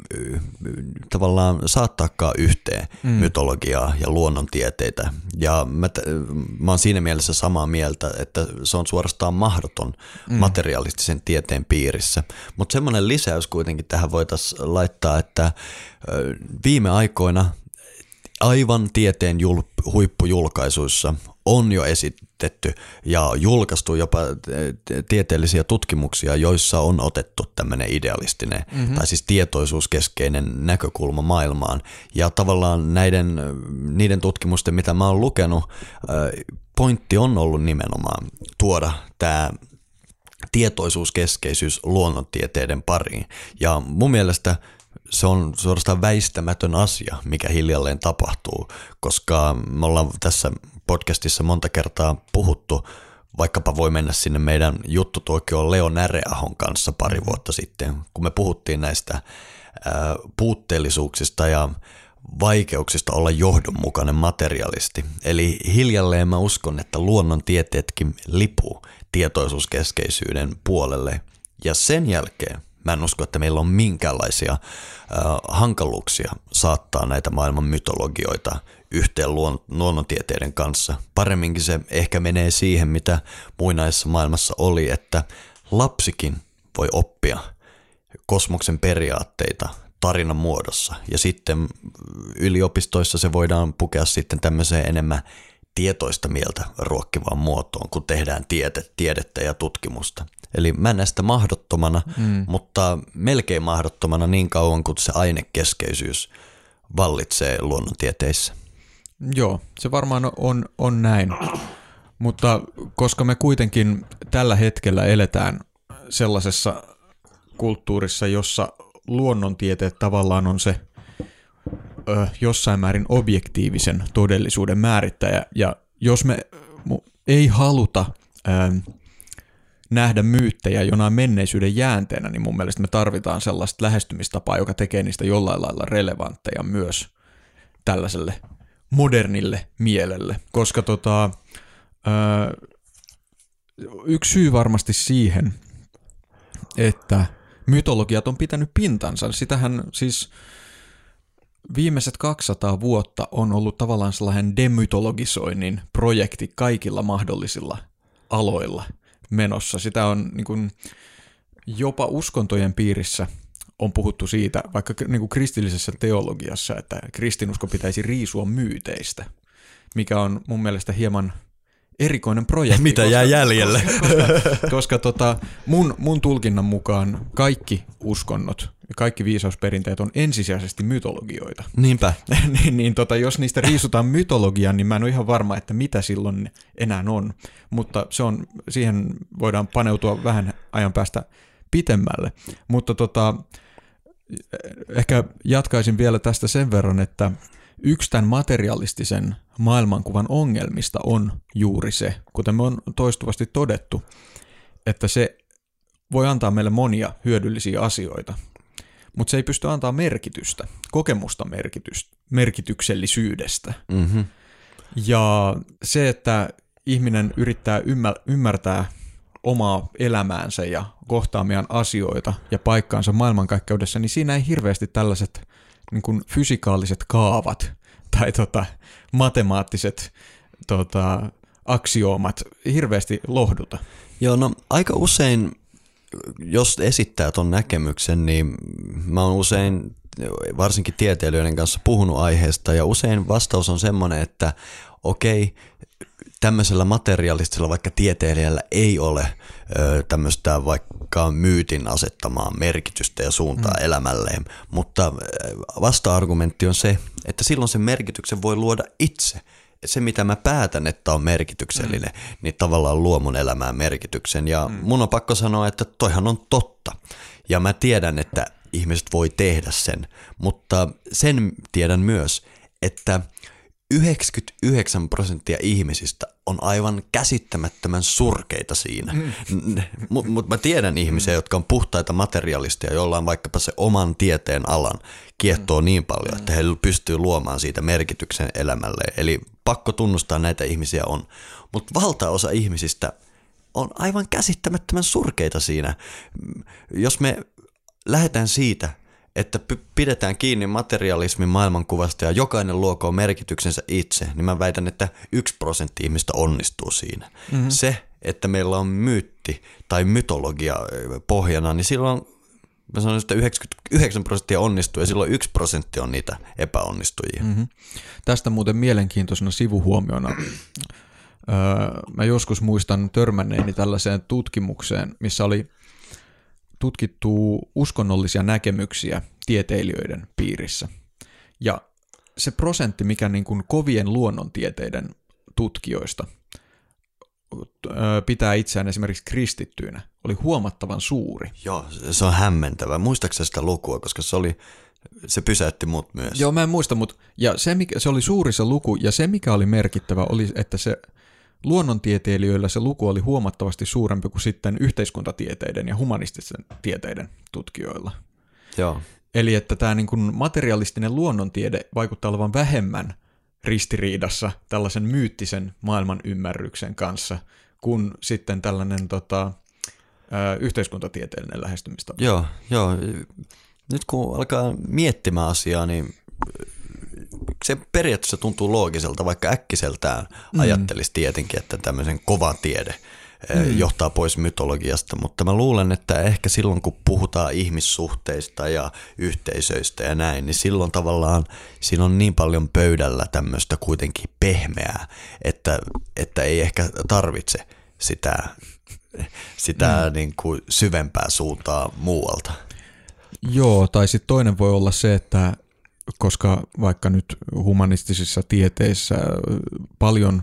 [SPEAKER 3] tavallaan saattaakaan yhteen mm. mytologiaa ja luonnontieteitä. Ja mä, t- mä oon siinä mielessä samaa mieltä, että se on suorastaan mahdoton mm. materialistisen tieteen piirissä. Mutta semmoinen lisäys kuitenkin tähän voitaisiin laittaa, että viime aikoina aivan tieteen jul- huippujulkaisuissa on jo esitetty ja julkaistu jopa tieteellisiä tutkimuksia, joissa on otettu tämmöinen idealistinen mm-hmm. tai siis tietoisuuskeskeinen näkökulma maailmaan. Ja tavallaan näiden, niiden tutkimusten, mitä mä oon lukenut, pointti on ollut nimenomaan tuoda tämä tietoisuuskeskeisyys luonnontieteiden pariin. Ja mun mielestä se on suorastaan väistämätön asia, mikä hiljalleen tapahtuu, koska me ollaan tässä podcastissa monta kertaa puhuttu, vaikkapa voi mennä sinne meidän juttutuokioon Leo Näreahon kanssa pari vuotta sitten, kun me puhuttiin näistä ää, puutteellisuuksista ja vaikeuksista olla johdonmukainen materialisti. Eli hiljalleen mä uskon, että luonnontieteetkin lipuu tietoisuuskeskeisyyden puolelle ja sen jälkeen mä en usko, että meillä on minkäänlaisia äh, hankaluuksia saattaa näitä maailman mytologioita yhteen luon, luonnontieteiden kanssa. Paremminkin se ehkä menee siihen, mitä muinaisessa maailmassa oli, että lapsikin voi oppia kosmoksen periaatteita tarinan muodossa. Ja sitten yliopistoissa se voidaan pukea sitten tämmöiseen enemmän tietoista mieltä ruokkivaan muotoon, kun tehdään tiede, tiedettä ja tutkimusta. Eli mä näen sitä mahdottomana, mm. mutta melkein mahdottomana niin kauan, kun se ainekeskeisyys vallitsee luonnontieteissä.
[SPEAKER 2] Joo, se varmaan on, on näin, mutta koska me kuitenkin tällä hetkellä eletään sellaisessa kulttuurissa, jossa luonnontieteet tavallaan on se ö, jossain määrin objektiivisen todellisuuden määrittäjä, ja jos me ei haluta ö, nähdä myyttejä jonain menneisyyden jäänteenä, niin mun mielestä me tarvitaan sellaista lähestymistapaa, joka tekee niistä jollain lailla relevantteja myös tällaiselle modernille mielelle, koska tota, ö, yksi syy varmasti siihen, että mytologiat on pitänyt pintansa. Sitähän siis viimeiset kaksisataa vuotta on ollut tavallaan sellainen demytologisoinnin projekti kaikilla mahdollisilla aloilla menossa. Sitä on niin kuin, jopa uskontojen piirissä on puhuttu siitä, vaikka niin kuin kristillisessä teologiassa, että kristinusko pitäisi riisua myyteistä, mikä on mun mielestä hieman erikoinen projekti.
[SPEAKER 3] Mitä
[SPEAKER 2] koska,
[SPEAKER 3] jää jäljelle?
[SPEAKER 2] Koska, koska tota, mun, mun tulkinnan mukaan kaikki uskonnot ja kaikki viisausperinteet on ensisijaisesti mytologioita.
[SPEAKER 3] Niinpä.
[SPEAKER 2] niin, niin tota, jos niistä riisutaan mytologiaa, niin mä en ole ihan varma, että mitä silloin enää on. Mutta se on, siihen voidaan paneutua vähän ajan päästä pitemmälle. Mutta tota, ehkä jatkaisin vielä tästä sen verran, että yksi tämän materialistisen maailmankuvan ongelmista on juuri se, kuten me on toistuvasti todettu, että se voi antaa meille monia hyödyllisiä asioita, mutta se ei pysty antaa merkitystä, kokemusta merkitys, merkityksellisyydestä. Mm-hmm. Ja se, että ihminen yrittää ymmärtää omaa elämäänsä ja kohtaamiaan asioita ja paikkaansa maailmankaikkeudessa, niin siinä ei hirveästi tällaiset niin kuin fysikaaliset kaavat tai tota, matemaattiset tota, aksioomat hirveästi lohduta.
[SPEAKER 3] Joo, no aika usein, jos esittää ton näkemyksen, niin mä oon usein varsinkin tieteilijöiden kanssa puhunut aiheesta, ja usein vastaus on semmoinen, että okei, tämmöisellä materialistisella vaikka tieteilijällä ei ole ö, tämmöistä vaikka myytin asettamaa merkitystä ja suuntaa mm. elämälleen, mutta vasta-argumentti on se, että silloin sen merkityksen voi luoda itse. Se, mitä mä päätän, että on merkityksellinen, mm. niin tavallaan luo mun elämään merkityksen. Ja mm. mun on pakko sanoa, että toihan on totta. Ja mä tiedän, että ihmiset voi tehdä sen, mutta sen tiedän myös, että yhdeksänkymmentäyhdeksän prosenttia ihmisistä on aivan käsittämättömän surkeita siinä. Mm. Mutta mut mä tiedän ihmisiä, jotka on puhtaita materialisteja, joilla on vaikkapa se oman tieteen alan kiehtoo mm. niin paljon, että he pystyy luomaan siitä merkityksen elämälleen. Eli pakko tunnustaa, näitä ihmisiä on. Mutta valtaosa ihmisistä on aivan käsittämättömän surkeita siinä. Jos me lähdetään siitä, että pidetään kiinni materialismin maailmankuvasta ja jokainen luokoo merkityksensä itse, niin mä väitän, että yksi prosentti ihmistä onnistuu siinä. Mm-hmm. Se, että meillä on myytti tai mytologia pohjana, niin silloin mä sanon, että yhdeksänkymmentäyhdeksän prosenttia onnistuu ja silloin yksi prosentti on niitä epäonnistujia.
[SPEAKER 2] Mm-hmm. Tästä muuten mielenkiintoisena sivuhuomiona. öö, mä joskus muistan törmänneeni tällaiseen tutkimukseen, missä oli tutkittu uskonnollisia näkemyksiä tieteilijöiden piirissä. Ja se prosentti, mikä niin kuin kovien luonnontieteiden tutkijoista pitää itseään esimerkiksi kristittyinä, oli huomattavan suuri.
[SPEAKER 3] Joo, se on hämmentävä. Muistaakseni sitä lukua, koska se, oli, se pysäytti mut myös.
[SPEAKER 2] Joo, mä en muista, mutta ja se, mikä, se oli suuri se luku, ja se mikä oli merkittävä oli, että se luonnontieteilijöillä se luku oli huomattavasti suurempi kuin sitten yhteiskuntatieteiden ja humanististen tieteiden tutkijoilla.
[SPEAKER 3] Joo.
[SPEAKER 2] Eli että tämä niin kuin materialistinen luonnontiede vaikuttaa olevan vähemmän ristiriidassa tällaisen myyttisen maailman ymmärryksen kanssa, kuin sitten tällainen tota, ö, yhteiskuntatieteellinen lähestymistapa.
[SPEAKER 3] Joo, joo. Nyt kun alkaa miettimään asiaa, niin se periaatteessa tuntuu loogiselta, vaikka äkkiseltään mm. ajattelisi tietenkin, että tämmöisen kova tiede mm. johtaa pois mytologiasta, mutta mä luulen, että ehkä silloin kun puhutaan ihmissuhteista ja yhteisöistä ja näin, niin silloin tavallaan siinä on niin paljon pöydällä tämmöistä kuitenkin pehmeää, että, että ei ehkä tarvitse sitä, sitä mm. niin kuin syvempää suuntaa muualta.
[SPEAKER 2] Joo, tai sitten toinen voi olla se, että koska vaikka nyt humanistisissa tieteissä paljon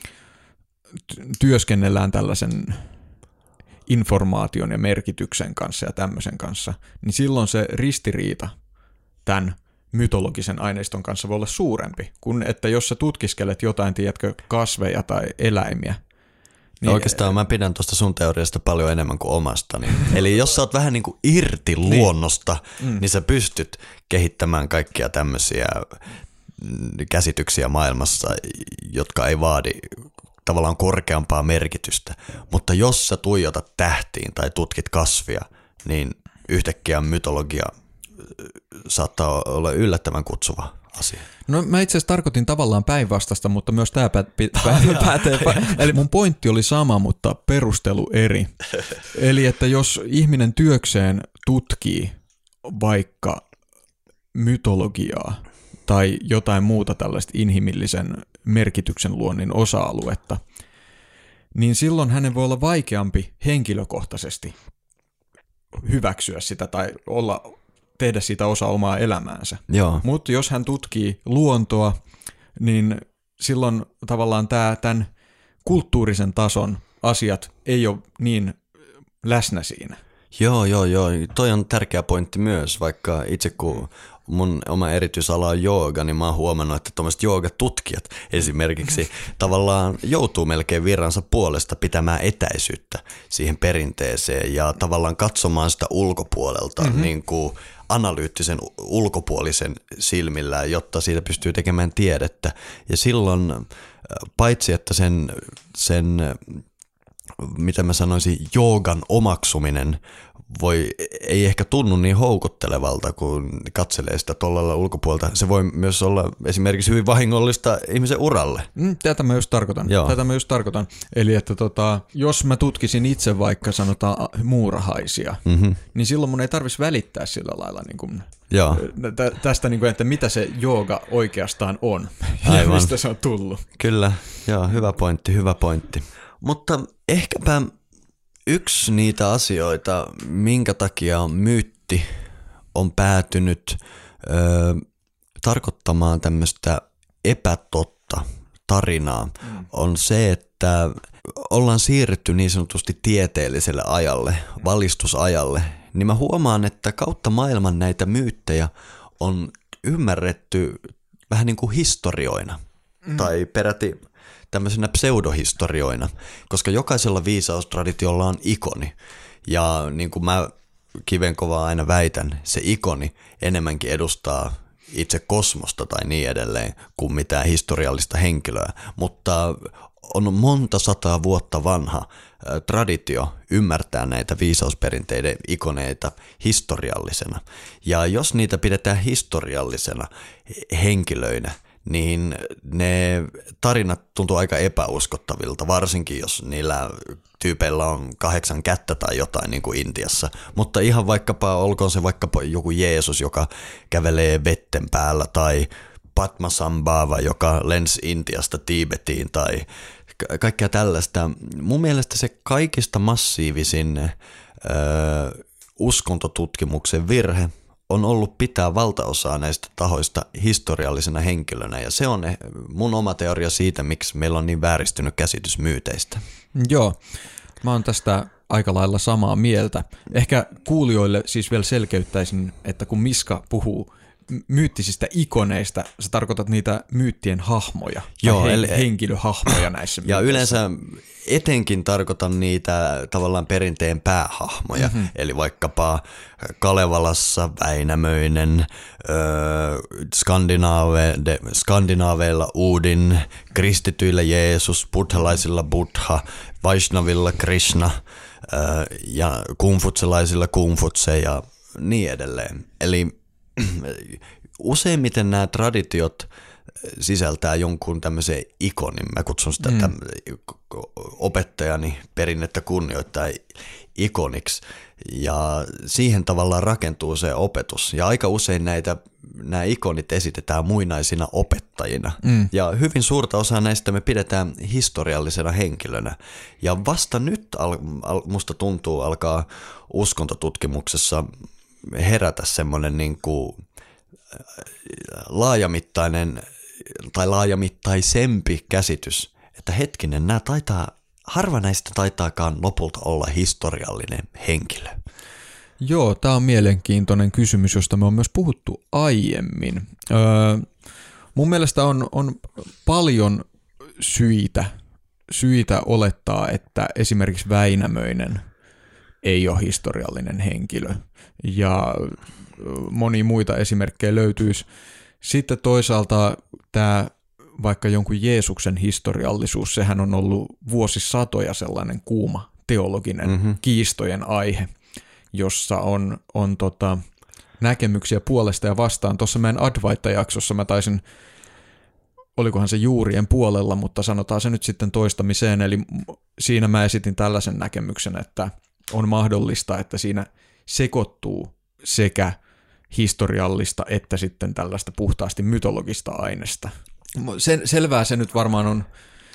[SPEAKER 2] työskennellään tällaisen informaation ja merkityksen kanssa ja tämmöisen kanssa, niin silloin se ristiriita tämän mytologisen aineiston kanssa voi olla suurempi, kuin että jos sä tutkiskelet jotain, tiedätkö, kasveja tai eläimiä. Niin,
[SPEAKER 3] no oikeastaan mä pidän tuosta sun teoriasta paljon enemmän kuin omastani. Eli jos sä oot vähän niin kuin irti luonnosta, niin, mm. niin sä pystyt kehittämään kaikkia tämmöisiä käsityksiä maailmassa, jotka ei vaadi tavallaan korkeampaa merkitystä. Mutta jos sä tuijotat tähtiin tai tutkit kasvia, niin yhtäkkiä mytologia saattaa olla yllättävän kutsuva asia.
[SPEAKER 2] No mä itse asiassa tarkoitin tavallaan päinvastasta, mutta myös tämä pätee. Eli mun pointti oli sama, mutta perustelu eri. Eli että jos ihminen työkseen tutkii vaikka mytologiaa tai jotain muuta tällaista inhimillisen merkityksen luonnin osa-aluetta, niin silloin hänen voi olla vaikeampi henkilökohtaisesti hyväksyä sitä tai olla tehdä siitä osa omaa elämäänsä. Mutta jos hän tutkii luontoa, niin silloin tavallaan tämä, tämän kulttuurisen tason asiat ei ole niin läsnä siinä.
[SPEAKER 3] Joo, joo, joo. Toi on tärkeä pointti myös, vaikka itse kun mun oma erityisala on jooga, niin mä oon huomannut, että tuommoiset joogatutkijat esimerkiksi tavallaan joutuu melkein virransa puolesta pitämään etäisyyttä siihen perinteeseen ja tavallaan katsomaan sitä ulkopuolelta mm-hmm. niin kuin analyyttisen ulkopuolisen silmillä, jotta siitä pystyy tekemään tiedettä. Ja silloin paitsi, että sen, sen mitä mä sanoisin, joogan omaksuminen voi, ei ehkä tunnu niin houkuttelevalta, kun katselee sitä tuolla ulkopuolelta. Se voi myös olla esimerkiksi hyvin vahingollista ihmisen uralle.
[SPEAKER 2] Mm, tätä mä just tarkoitan. Joo. Tätä mä just tarkoitan. Eli että tota, jos mä tutkisin itse vaikka sanotaan muurahaisia, mm-hmm. niin silloin mun ei tarvitsisi välittää sillä lailla niin kuin, tä, tästä, niin kuin, että mitä se jooga oikeastaan on ja mistä se on tullut.
[SPEAKER 3] Kyllä, joo, hyvä pointti, hyvä pointti. Mutta ehkäpä yksi niitä asioita, minkä takia myytti on päätynyt ö, tarkoittamaan tämmöistä epätotta tarinaa, mm. on se, että ollaan siirrytty niin sanotusti tieteelliselle ajalle, valistusajalle, niin mä huomaan, että kautta maailman näitä myyttejä on ymmärretty vähän niin kuin historioina mm. tai peräti tämmöisenä pseudohistorioina, koska jokaisella viisaustraditiolla on ikoni. Ja niin kuin mä kivenkovaa aina väitän, se ikoni enemmänkin edustaa itse kosmosta tai niin edelleen kuin mitään historiallista henkilöä. Mutta on monta sataa vuotta vanha traditio ymmärtää näitä viisausperinteiden ikoneita historiallisena. Ja jos niitä pidetään historiallisena henkilöinä, niin ne tarinat tuntuu aika epäuskottavilta, varsinkin jos niillä tyypeillä on kahdeksan kättä tai jotain niin kuin Intiassa. Mutta ihan vaikkapa, olkoon se vaikkapa joku Jeesus, joka kävelee vetten päällä, tai Padmasambhava, joka lensi Intiasta Tiibetiin, tai ka- kaikkea tällaista. Mun mielestä se kaikista massiivisin ö, uskontotutkimuksen virhe on ollut pitää valtaosaa näistä tahoista historiallisena henkilönä, ja se on mun oma teoria siitä, miksi meillä on niin vääristynyt käsitys myyteistä.
[SPEAKER 2] Joo, mä oon tästä aika lailla samaa mieltä. Ehkä kuulijoille siis vielä selkeyttäisin, että kun Miska puhuu myyttisistä ikoneista, sä tarkoitat niitä myyttien hahmoja,
[SPEAKER 3] Joo,
[SPEAKER 2] tai
[SPEAKER 3] eli,
[SPEAKER 2] henkilöhahmoja näissä
[SPEAKER 3] ja
[SPEAKER 2] myyteissä.
[SPEAKER 3] Yleensä etenkin tarkoitan niitä tavallaan perinteen päähahmoja, mm-hmm. eli vaikkapa Kalevalassa Väinämöinen, öö, Skandinaave, de, skandinaaveilla Uudin, kristityillä Jeesus, buddhalaisilla Buddha, Vaishnavilla Krishna, ja kungfutselaisilla kungfutse ja niin edelleen. Eli useimmiten nämä traditiot sisältää jonkun tämmöisen ikonin. Mä kutsun sitä mm. opettajani perinnettä kunnioittaa ikoniksi. Ja siihen tavallaan rakentuu se opetus. Ja aika usein näitä, nämä ikonit esitetään muinaisina opettajina. Mm. Ja hyvin suurta osaa näistä me pidetään historiallisena henkilönä. Ja vasta nyt al, al, musta tuntuu alkaa uskontotutkimuksessa herätä semmoinen niin kuin laajamittainen tai laajamittaisempi käsitys, että hetkinen, nämä taitaa, harva näistä taitaakaan lopulta olla historiallinen henkilö.
[SPEAKER 2] Joo, tämä on mielenkiintoinen kysymys, josta me on myös puhuttu aiemmin. Öö, mun mielestä on, on paljon syitä, syitä olettaa, että esimerkiksi Väinämöinen ei ole historiallinen henkilö. Ja monia muita esimerkkejä löytyisi. Sitten toisaalta tämä vaikka jonkun Jeesuksen historiallisuus, sehän on ollut vuosisatoja sellainen kuuma teologinen mm-hmm. kiistojen aihe, jossa on, on tota, näkemyksiä puolesta ja vastaan. Tuossa meidän Advaita-jaksossa mä taisin, olikohan se juurien puolella, mutta sanotaan se nyt sitten toistamiseen, eli siinä mä esitin tällaisen näkemyksen, että on mahdollista, että siinä sekoittuu sekä historiallista että sitten tällaista puhtaasti mytologista aineesta. Sen, selvää se nyt varmaan on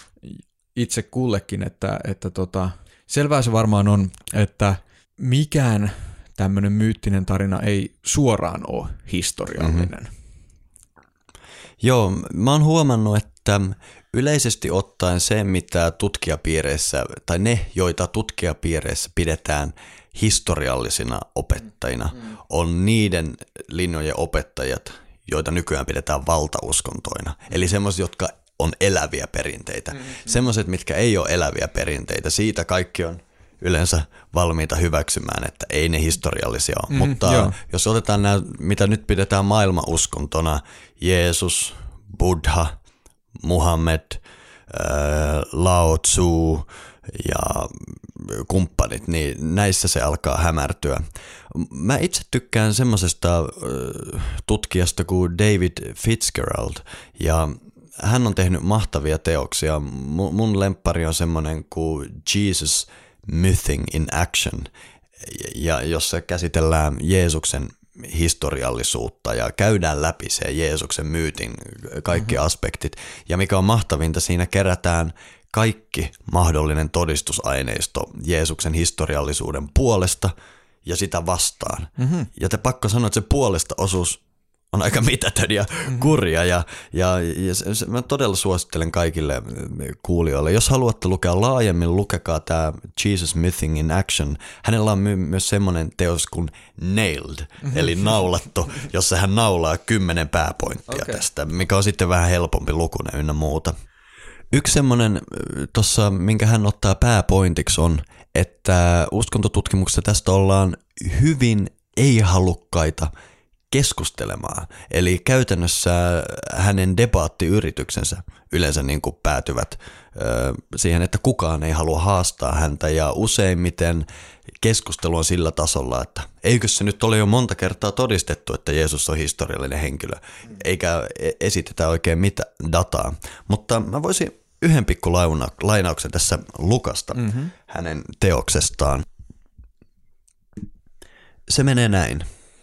[SPEAKER 2] itse kullekin, että, että tota, selvää se varmaan on, että mikään tämmöinen myyttinen tarina ei suoraan ole historiallinen. Mm-hmm.
[SPEAKER 3] Joo, mä oon huomannut, että yleisesti ottaen se, mitä tutkijapiireissä, tai ne, joita tutkijapiireissä pidetään historiallisina opettajina, mm. on niiden linjojen opettajat, joita nykyään pidetään valtauskontoina. Mm. Eli semmoiset, jotka on eläviä perinteitä. Mm. Semmoiset, mitkä ei ole eläviä perinteitä, siitä kaikki on yleensä valmiita hyväksymään, että ei ne historiallisia ole. Mm, Mutta joo. jos otetaan nämä, mitä nyt pidetään maailmanuskontona, Jeesus, Buddha, Muhammed, äh, Lao Tzu ja kumppanit, niin näissä se alkaa hämärtyä. Mä itse tykkään semmoisesta äh, tutkijasta kuin David Fitzgerald, ja hän on tehnyt mahtavia teoksia. Mun, mun lemppari on semmoinen kuin Jesus Mything in Action, ja jossa käsitellään Jeesuksen historiallisuutta ja käydään läpi se Jeesuksen myytin kaikki mm-hmm. aspektit. Ja mikä on mahtavinta, siinä kerätään kaikki mahdollinen todistusaineisto Jeesuksen historiallisuuden puolesta ja sitä vastaan. Mm-hmm. Ja te pakko sanoa, että se puolesta osuus on aika mitätön ja mm-hmm. kurja, ja, ja, ja se, se, mä todella suosittelen kaikille kuulijoille. Jos haluatte lukea laajemmin, lukekaa tämä Jesus Mything in Action. Hänellä on my, myös semmoinen teos kuin Nailed, mm-hmm. eli naulattu, jossa hän naulaa kymmenen pääpointtia okay. tästä, mikä on sitten vähän helpompi lukunen ynnä muuta. Yksi semmoinen tuossa, minkä hän ottaa pääpointiksi on, että uskontotutkimuksessa tästä ollaan hyvin ei-halukkaita keskustelemaan. Eli käytännössä hänen debaattiyrityksensä yleensä niin kuin päätyvät ö, siihen, että kukaan ei halua haastaa häntä, ja useimmiten keskustelu on sillä tasolla, että eikö se nyt ole jo monta kertaa todistettu, että Jeesus on historiallinen henkilö, eikä esitetä oikein mitään dataa. Mutta mä voisin yhden pikku launa, lainauksen tässä Lukasta mm-hmm. hänen teoksestaan. Se menee näin.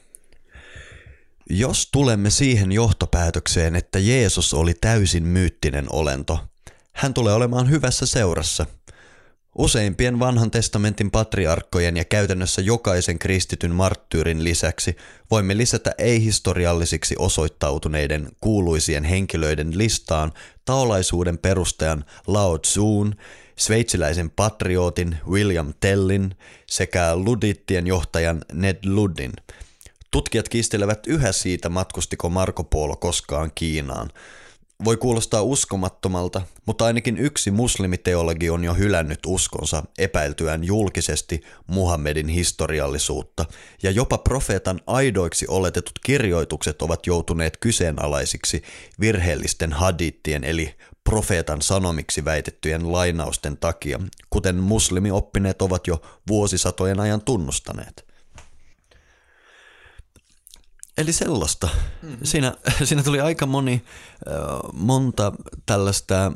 [SPEAKER 3] Jos tulemme siihen johtopäätökseen, että Jeesus oli täysin myyttinen olento, hän tulee olemaan hyvässä seurassa. Useimpien vanhan testamentin patriarkkojen ja käytännössä jokaisen kristityn marttyyrin lisäksi voimme lisätä ei-historiallisiksi osoittautuneiden kuuluisien henkilöiden listaan taolaisuuden perustajan Lao Tzun, sveitsiläisen patriotin William Tellin sekä ludittien johtajan Ned Luddin. Tutkijat kiistelevät yhä siitä, matkustiko Marco Polo koskaan Kiinaan. Voi kuulostaa uskomattomalta, mutta ainakin yksi muslimiteologi on jo hylännyt uskonsa epäiltyään julkisesti Muhammedin historiallisuutta, ja jopa profeetan aidoiksi oletetut kirjoitukset ovat joutuneet kyseenalaisiksi virheellisten hadittien eli profeetan sanomiksi väitettyjen lainausten takia, kuten muslimioppineet ovat jo vuosisatojen ajan tunnustaneet. Eli sellaista. Mm-hmm. Siinä, siinä tuli aika moni, monta tällaista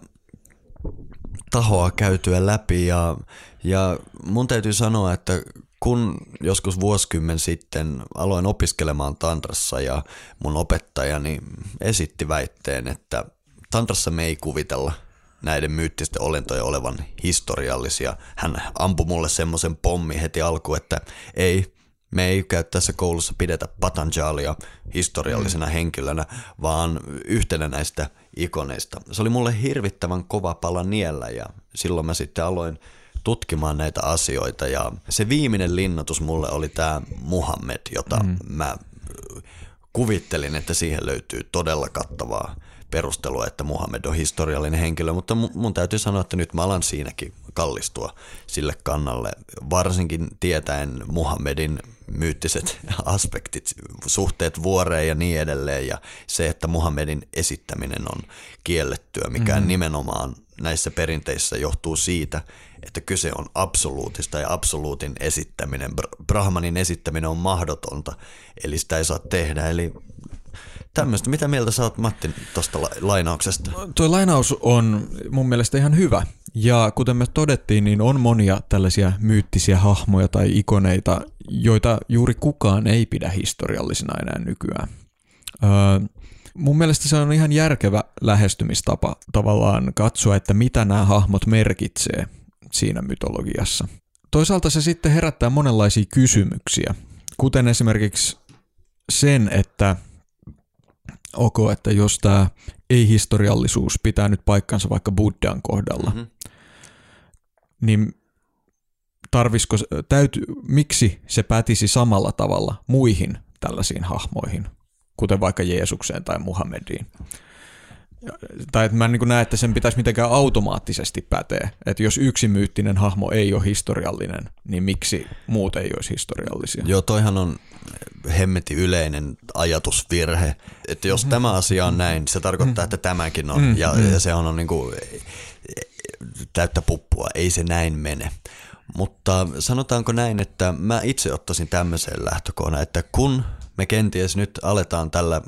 [SPEAKER 3] tahoa käytyä läpi ja, ja mun täytyy sanoa, että kun joskus vuosikymmen sitten aloin opiskelemaan tantrassa ja mun opettajani esitti väitteen, että tantrassa me ei kuvitella näiden myyttisten olentojen olevan historiallisia. Hän ampui mulle semmoisen pommi heti alkuun, että ei, me ei käy tässä koulussa pidetä Patanjalia historiallisena mm. henkilönä, vaan yhtenä näistä ikoneista. Se oli mulle hirvittävän kova pala niellä ja silloin mä sitten aloin tutkimaan näitä asioita ja se viimeinen linnoitus mulle oli tämä Muhammed, jota mm. mä kuvittelin, että siihen löytyy todella kattavaa perustelua, että Muhammed on historiallinen henkilö, mutta mun täytyy sanoa, että nyt mä alan siinäkin kallistua sille kannalle, varsinkin tietäen Muhammedin myyttiset aspektit, suhteet vuoreen ja niin edelleen ja se, että Muhammedin esittäminen on kiellettyä, mikä mm-hmm. nimenomaan näissä perinteissä johtuu siitä, että kyse on absoluutista ja absoluutin esittäminen, Brahmanin esittäminen on mahdotonta, eli sitä ei saa tehdä, eli tämmöistä. Mitä mieltä sä oot, Matti, tuosta lainauksesta?
[SPEAKER 2] Tuo lainaus on mun mielestä ihan hyvä. Ja kuten me todettiin, niin on monia tällaisia myyttisiä hahmoja tai ikoneita, joita juuri kukaan ei pidä historiallisena enää nykyään. Öö, mun mielestä se on ihan järkevä lähestymistapa tavallaan katsoa, että mitä nämä hahmot merkitsee siinä mytologiassa. Toisaalta se sitten herättää monenlaisia kysymyksiä, kuten esimerkiksi sen, että ok, että jos tämä ei-historiallisuus pitää nyt paikkansa vaikka Buddhan kohdalla, mm-hmm. niin tarvisiko, täytyy, miksi se pätisi samalla tavalla muihin tällaisiin hahmoihin, kuten vaikka Jeesukseen tai Muhammediin? Tai että mä en niin näe, että sen pitäisi mitenkään automaattisesti päteä, että jos yksi myyttinen hahmo ei ole historiallinen, niin miksi muut ei olisi historiallisia?
[SPEAKER 3] Joo, toihan on hemmetin yleinen ajatusvirhe, että jos mm-hmm. tämä asia on näin, se tarkoittaa, että tämäkin on, mm-hmm. ja, ja se on, on niin kuin täyttä puppua, ei se näin mene. Mutta sanotaanko näin, että mä itse ottaisin tämmöisen lähtökohdan, että kun me kenties nyt aletaan tällä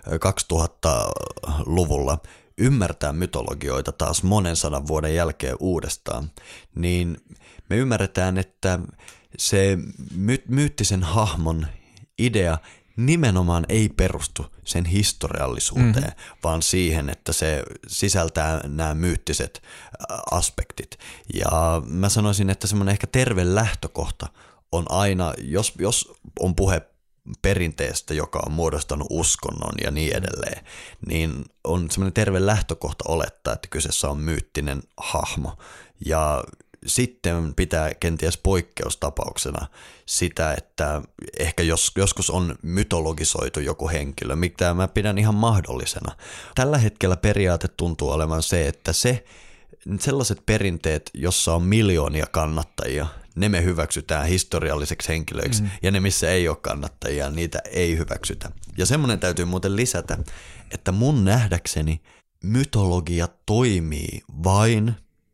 [SPEAKER 3] kaksituhattaluvulla ymmärtää mytologioita taas monen sadan vuoden jälkeen uudestaan, niin me ymmärretään, että se my- myyttisen hahmon idea nimenomaan ei perustu sen historiallisuuteen, mm-hmm. vaan siihen, että se sisältää nämä myyttiset aspektit. Ja mä sanoisin, että semmoinen ehkä terve lähtökohta on aina, jos, jos on puhe perinteestä, joka on muodostanut uskonnon ja niin edelleen, niin on semmoinen terve lähtökohta olettaa, että kyseessä on myyttinen hahmo. Ja sitten pitää kenties poikkeustapauksena sitä, että ehkä jos, joskus on mytologisoitu joku henkilö, mitä mä pidän ihan mahdollisena. Tällä hetkellä periaate tuntuu olevan se, että se, sellaiset perinteet, jossa on miljoonia kannattajia, ne me hyväksytään historialliseksi henkilöiksi, mm. ja ne, missä ei ole kannattajia, niitä ei hyväksytä. Ja semmoinen täytyy muuten lisätä, että mun nähdäkseni mytologia toimii vain,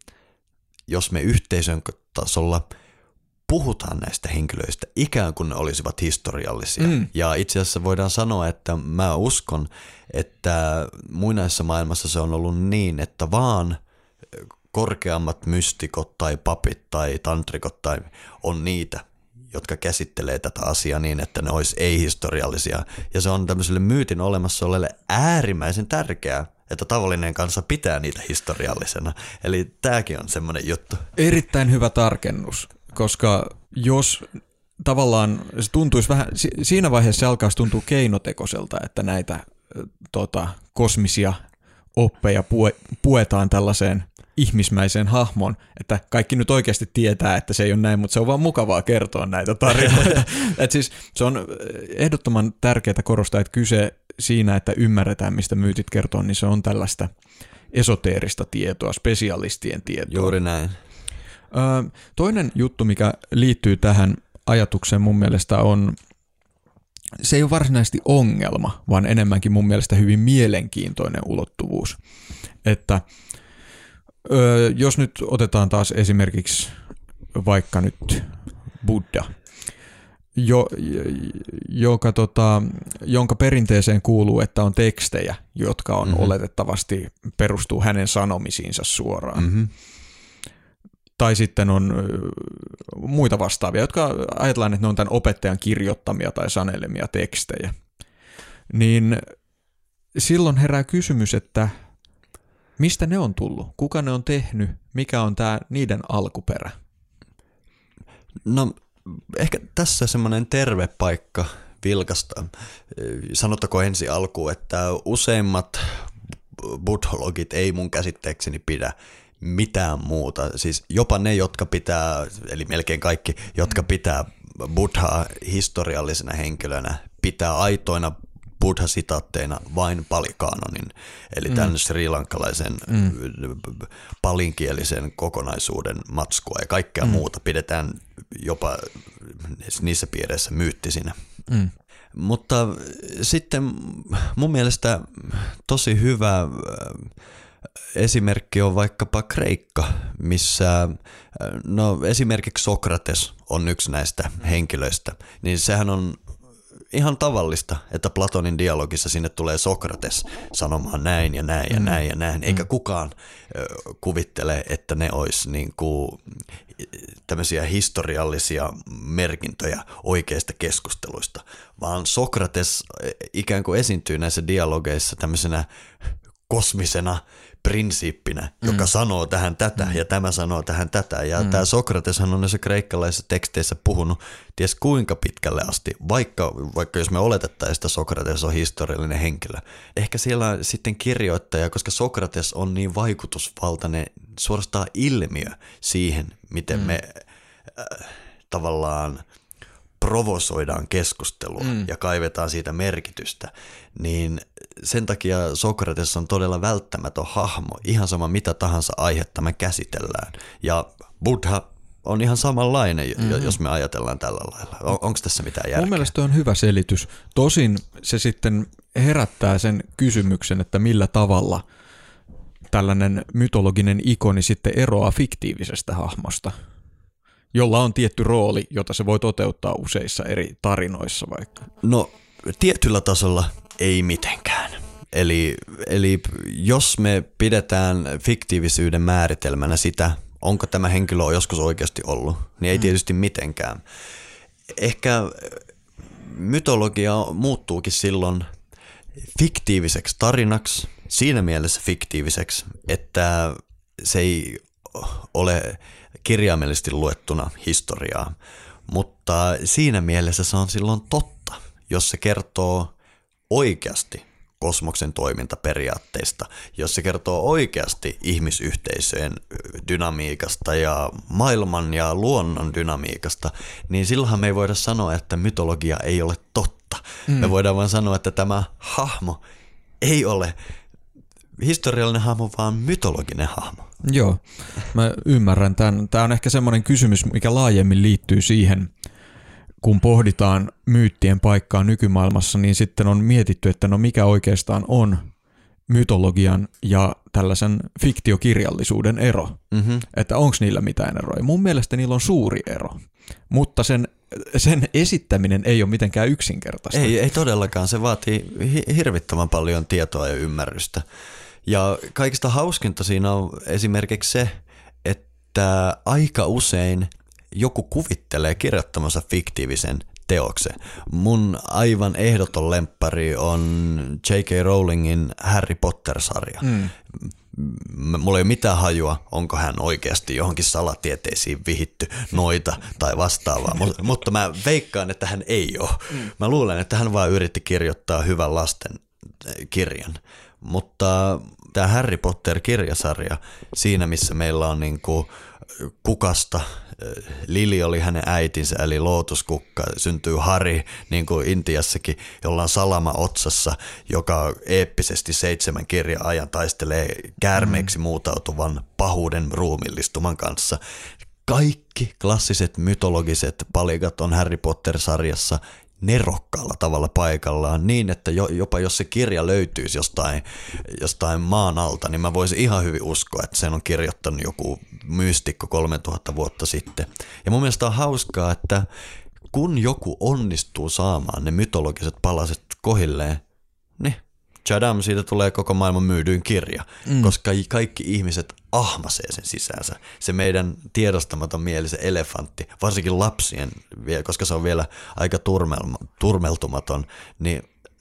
[SPEAKER 3] jos me yhteisön tasolla puhutaan näistä henkilöistä ikään kuin ne olisivat historiallisia. Mm. Ja itse asiassa voidaan sanoa, että mä uskon, että muinaisessa maailmassa se on ollut niin, että vaan korkeammat mystikot tai papit tai tantrikot tai on niitä, jotka käsittelee tätä asiaa niin, että ne olisi ei-historiallisia. Ja se on tämmöiselle myytin olemassa olelle äärimmäisen tärkeää, että tavallinen kansa pitää niitä historiallisena. Eli tämäkin on semmoinen juttu.
[SPEAKER 2] Erittäin hyvä tarkennus, koska jos tavallaan se tuntuisi vähän, siinä vaiheessa se alkaisi tuntua keinotekoiselta, että näitä tota, kosmisia oppeja pue, puetaan tällaiseen ihmismäiseen hahmon, että kaikki nyt oikeasti tietää, että se ei ole näin, mutta se on vaan mukavaa kertoa näitä tarinoita. Et siis se on ehdottoman tärkeää korostaa, että kyse siinä, että ymmärretään, mistä myytit kertoo, niin se on tällaista esoteerista tietoa, spesialistien tietoa.
[SPEAKER 3] Juuri näin.
[SPEAKER 2] Ö, toinen juttu, mikä liittyy tähän ajatukseen mun mielestä on, se ei ole varsinaisesti ongelma, vaan enemmänkin mun mielestä hyvin mielenkiintoinen ulottuvuus, että Öö, jos nyt otetaan taas esimerkiksi vaikka nyt Buddha, jo, joka, tota, jonka perinteeseen kuuluu, että on tekstejä, jotka on mm-hmm. oletettavasti perustuu hänen sanomisiinsa suoraan. Mm-hmm. Tai sitten on muita vastaavia, jotka ajatellaan, että ne on tämän opettajan kirjoittamia tai sanelemia tekstejä. Niin silloin herää kysymys, että mistä ne on tullut? Kuka ne on tehnyt? Mikä on tämä niiden alkuperä?
[SPEAKER 3] No ehkä tässä semmoinen terve paikka vilkasta. Sanottako ensi alkuun, että useimmat buddhologit ei mun käsitteekseni pidä mitään muuta. Siis jopa ne, jotka pitää, eli melkein kaikki, jotka pitää Buddhaa historiallisena henkilönä, pitää aitoina Buddha-sitaatteina vain Pali-kaanonin, eli tämän mm. srilankalaisen mm. palinkielisen kokonaisuuden matskua ja kaikkea mm. muuta pidetään jopa niissä piireissä myyttisinä. Mm. Mutta sitten mun mielestä tosi hyvä esimerkki on vaikkapa Kreikka, missä no esimerkiksi Sokrates on yksi näistä henkilöistä, niin sehän on ihan tavallista, että Platonin dialogissa sinne tulee Sokrates sanomaan näin ja näin ja näin ja näin, eikä kukaan kuvittele, että ne olisi niin kuin tämmöisiä historiallisia merkintöjä oikeista keskusteluista, vaan Sokrates ikään kuin esiintyy näissä dialogeissa tämmöisenä kosmisena prinsiippinä, mm. joka sanoo tähän tätä mm. ja tämä sanoo tähän tätä. Ja mm. tämä Sokrateshan on näissä kreikkalaisissa teksteissä puhunut ties kuinka pitkälle asti, vaikka, vaikka jos me oletettaisiin, että Sokrates on historiallinen henkilö. Ehkä siellä on sitten kirjoittaja, koska Sokrates on niin vaikutusvaltainen suorastaan ilmiö siihen, miten mm. me äh, tavallaan provosoidaan keskustelua mm. ja kaivetaan siitä merkitystä, niin sen takia Sokrates on todella välttämätön hahmo, ihan sama mitä tahansa aihetta me käsitellään. Ja Buddha on ihan samanlainen, mm-hmm. jos me ajatellaan tällä lailla. On, onko tässä mitään järkeä?
[SPEAKER 2] Mun mielestä on hyvä selitys. Tosin se sitten herättää sen kysymyksen, että millä tavalla tällainen mytologinen ikoni sitten eroaa fiktiivisestä hahmosta, jolla on tietty rooli, jota se voi toteuttaa useissa eri tarinoissa vaikka.
[SPEAKER 3] No tietyllä tasolla ei mitenkään. Eli, eli jos me pidetään fiktiivisyyden määritelmänä sitä, onko tämä henkilö joskus oikeasti ollut, niin ei tietysti mitenkään. Ehkä mytologia muuttuukin silloin fiktiiviseksi tarinaksi, siinä mielessä fiktiiviseksi, että se ei ole kirjaimellisesti luettuna historiaa, mutta siinä mielessä se on silloin totta, jos se kertoo oikeasti kosmoksen toimintaperiaatteista, jos se kertoo oikeasti ihmisyhteisöjen dynamiikasta ja maailman ja luonnon dynamiikasta, niin silloinhan me ei voida sanoa, että mytologia ei ole totta. Mm. Me voidaan vain sanoa, että tämä hahmo ei ole historiallinen hahmo, vaan mytologinen hahmo.
[SPEAKER 2] Joo, mä ymmärrän tämän. Tämä on ehkä semmoinen kysymys, mikä laajemmin liittyy siihen, kun pohditaan myyttien paikkaa nykymaailmassa, niin sitten on mietitty, että no mikä oikeastaan on mytologian ja tällaisen fiktiokirjallisuuden ero. Mm-hmm. Että onko niillä mitään eroja. Mun mielestä niillä on suuri ero, mutta sen, sen esittäminen ei ole mitenkään yksinkertaista.
[SPEAKER 3] Ei, ei todellakaan. Se vaatii hirvittävän paljon tietoa ja ymmärrystä. Ja kaikista hauskinta siinä on esimerkiksi se, että aika usein joku kuvittelee kirjoittamansa fiktiivisen teoksen. Mun aivan ehdoton lemppari on J K. Rowlingin Harry Potter-sarja. Mm. Mulla ei ole mitään hajua, onko hän oikeasti johonkin salatieteisiin vihitty noita tai vastaavaa, mutta mä veikkaan, että hän ei ole. Mm. Mä luulen, että hän vaan yritti kirjoittaa hyvän lasten kirjan. Mutta tämä Harry Potter-kirjasarja, siinä missä meillä on niinku kukasta, Lili oli hänen äitinsä, eli lootuskukka, syntyy Harry, niin kuin Intiassakin, jolla on salama otsassa, joka eeppisesti seitsemän kirjan ajan taistelee käärmeeksi mm. muutautuvan pahuuden ruumillistuman kanssa. Kaikki klassiset mytologiset palikat on Harry Potter-sarjassa nerokkaalla tavalla paikallaan niin, että jo, jopa jos se kirja löytyisi jostain, jostain maan alta, niin mä voisin ihan hyvin uskoa, että sen on kirjoittanut joku mystikko kolmetuhatta vuotta sitten. Ja mun mielestä on hauskaa, että kun joku onnistuu saamaan ne mytologiset palaset kohilleen, niin tchadam, siitä tulee koko maailman myydyin kirja, mm. koska kaikki ihmiset ahmasee sen sisäänsä. Se meidän tiedostamaton mieli, se elefantti, varsinkin lapsien, koska se on vielä aika turmeltumaton, niin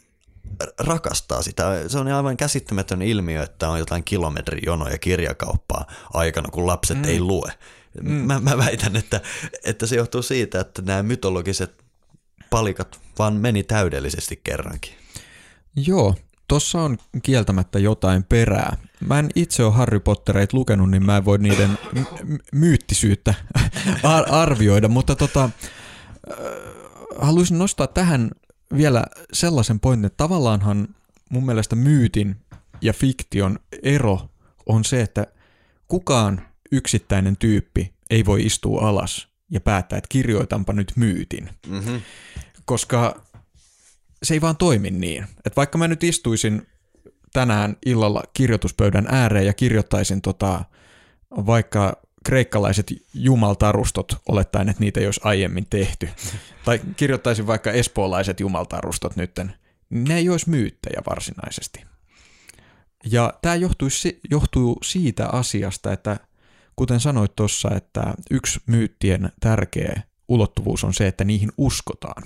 [SPEAKER 3] rakastaa sitä. Se on aivan käsittämätön ilmiö, että on jotain kilometrijonoja kirjakauppaa aikana, kun lapset mm. ei lue. Mm. Mä, mä väitän, että, että se johtuu siitä, että nämä mytologiset palikat vaan meni täydellisesti kerrankin.
[SPEAKER 2] Joo. Tuossa on kieltämättä jotain perää. Mä en itse ole Harry Pottereita lukenut, niin mä en voi niiden m- myyttisyyttä ar- arvioida, mutta tota, äh, haluaisin nostaa tähän vielä sellaisen pointin, että tavallaanhan mun mielestä myytin ja fiktion ero on se, että kukaan yksittäinen tyyppi ei voi istua alas ja päättää, että kirjoitanpa nyt myytin, mm-hmm. koska se ei vaan toimi niin. Että vaikka mä nyt istuisin tänään illalla kirjoituspöydän ääreen ja kirjoittaisin tota, vaikka kreikkalaiset jumaltarustot, olettaen, että niitä ei olisi aiemmin tehty, tai kirjoittaisin vaikka espoolaiset jumaltarustot nytten, ne ei olisi myyttejä varsinaisesti. Ja tämä johtuu siitä asiasta, että kuten sanoit tuossa, että yksi myyttien tärkeä ulottuvuus on se, että niihin uskotaan.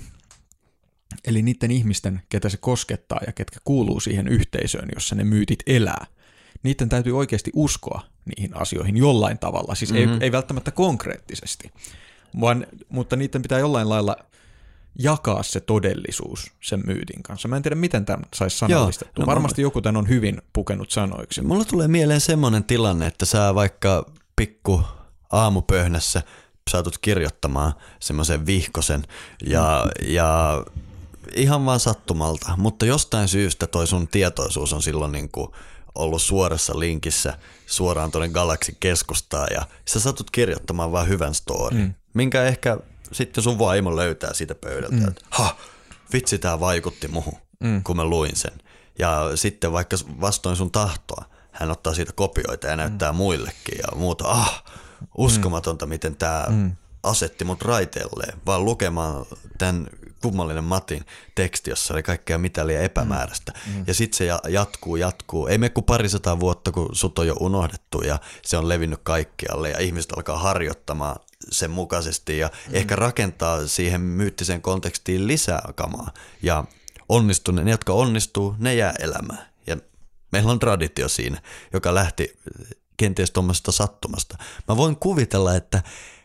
[SPEAKER 2] Eli niiden ihmisten, ketä se koskettaa ja ketkä kuuluu siihen yhteisöön, jossa ne myytit elää, niiden täytyy oikeasti uskoa niihin asioihin jollain tavalla. Siis mm-hmm. ei, ei välttämättä konkreettisesti, vaan, mutta niiden pitää jollain lailla jakaa se todellisuus sen myytin kanssa. Mä en tiedä, miten tämän saisi sanallistettua. No, varmasti joku tämän on hyvin pukenut sanoiksi.
[SPEAKER 3] Mulla tulee mieleen semmoinen tilanne, että sä vaikka pikku aamupöhnässä saatut kirjoittamaan semmoisen vihkosen ja, ja ihan vaan sattumalta, mutta jostain syystä toi sun tietoisuus on silloin niin kuin ollut suorassa linkissä suoraan tuonne galaksin keskustaan ja sä satut kirjoittamaan vaan hyvän storin, mm. minkä ehkä sitten sun vaimo löytää siitä pöydältä, mm. että ha, vitsi tää vaikutti muhun, mm. kun mä luin sen. Ja sitten vaikka vastoin sun tahtoa, hän ottaa siitä kopioita ja näyttää mm. muillekin ja muuta, ah, uskomatonta, mm. miten tää mm. asetti mut raiteilleen, vaan lukemaan tämän kummallinen Matin teksti, jossa oli kaikkea mitä liian epämääräistä. Mm. Ja sitten se jatkuu, jatkuu. Ei mene kuin parisataa vuotta, kun sut on jo unohdettu ja se on levinnyt kaikkialle ja ihmiset alkaa harjoittamaan sen mukaisesti ja mm. ehkä rakentaa siihen myyttiseen kontekstiin lisää kamaa. Ja onnistu, ne, jotka onnistuu, ne jää elämään. Ja meillä on traditio siinä, joka lähti kenties tuommoisesta sattumasta. Mä voin kuvitella, että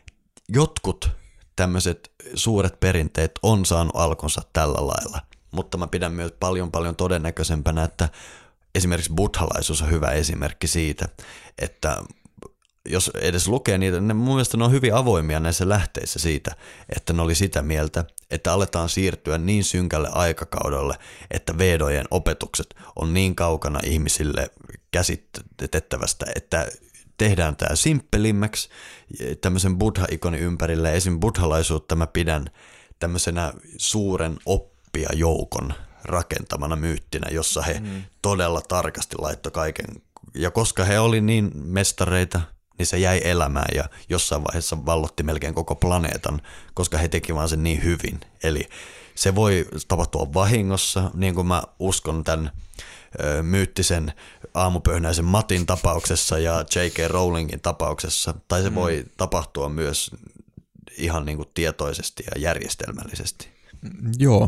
[SPEAKER 3] jotkut tämmöiset suuret perinteet on saanut alkunsa tällä lailla, mutta mä pidän myös paljon paljon todennäköisempänä, että esimerkiksi buddhalaisuus on hyvä esimerkki siitä, että jos edes lukee niitä, ne mun mielestä ne on hyvin avoimia näissä lähteissä siitä, että ne oli sitä mieltä, että aletaan siirtyä niin synkälle aikakaudelle, että vedojen opetukset on niin kaukana ihmisille käsitettävästä, että tehdään tämä simppelimmäksi tämmöisen buddha-ikonin ympärille. Esim. Buddhalaisuutta mä pidän tämmöisenä suuren oppijajoukon rakentamana myyttinä, jossa he mm. todella tarkasti laittoi kaiken. Ja koska he oli niin mestareita, niin se jäi elämään ja jossain vaiheessa vallotti melkein koko planeetan, koska he teki vaan sen niin hyvin. Eli se voi tapahtua vahingossa, niin kuin mä uskon tämän ö, myyttisen aamupöhnäisen Matin tapauksessa ja J K. Rowlingin tapauksessa, tai se mm. voi tapahtua myös ihan niin kuin tietoisesti ja järjestelmällisesti.
[SPEAKER 2] Joo,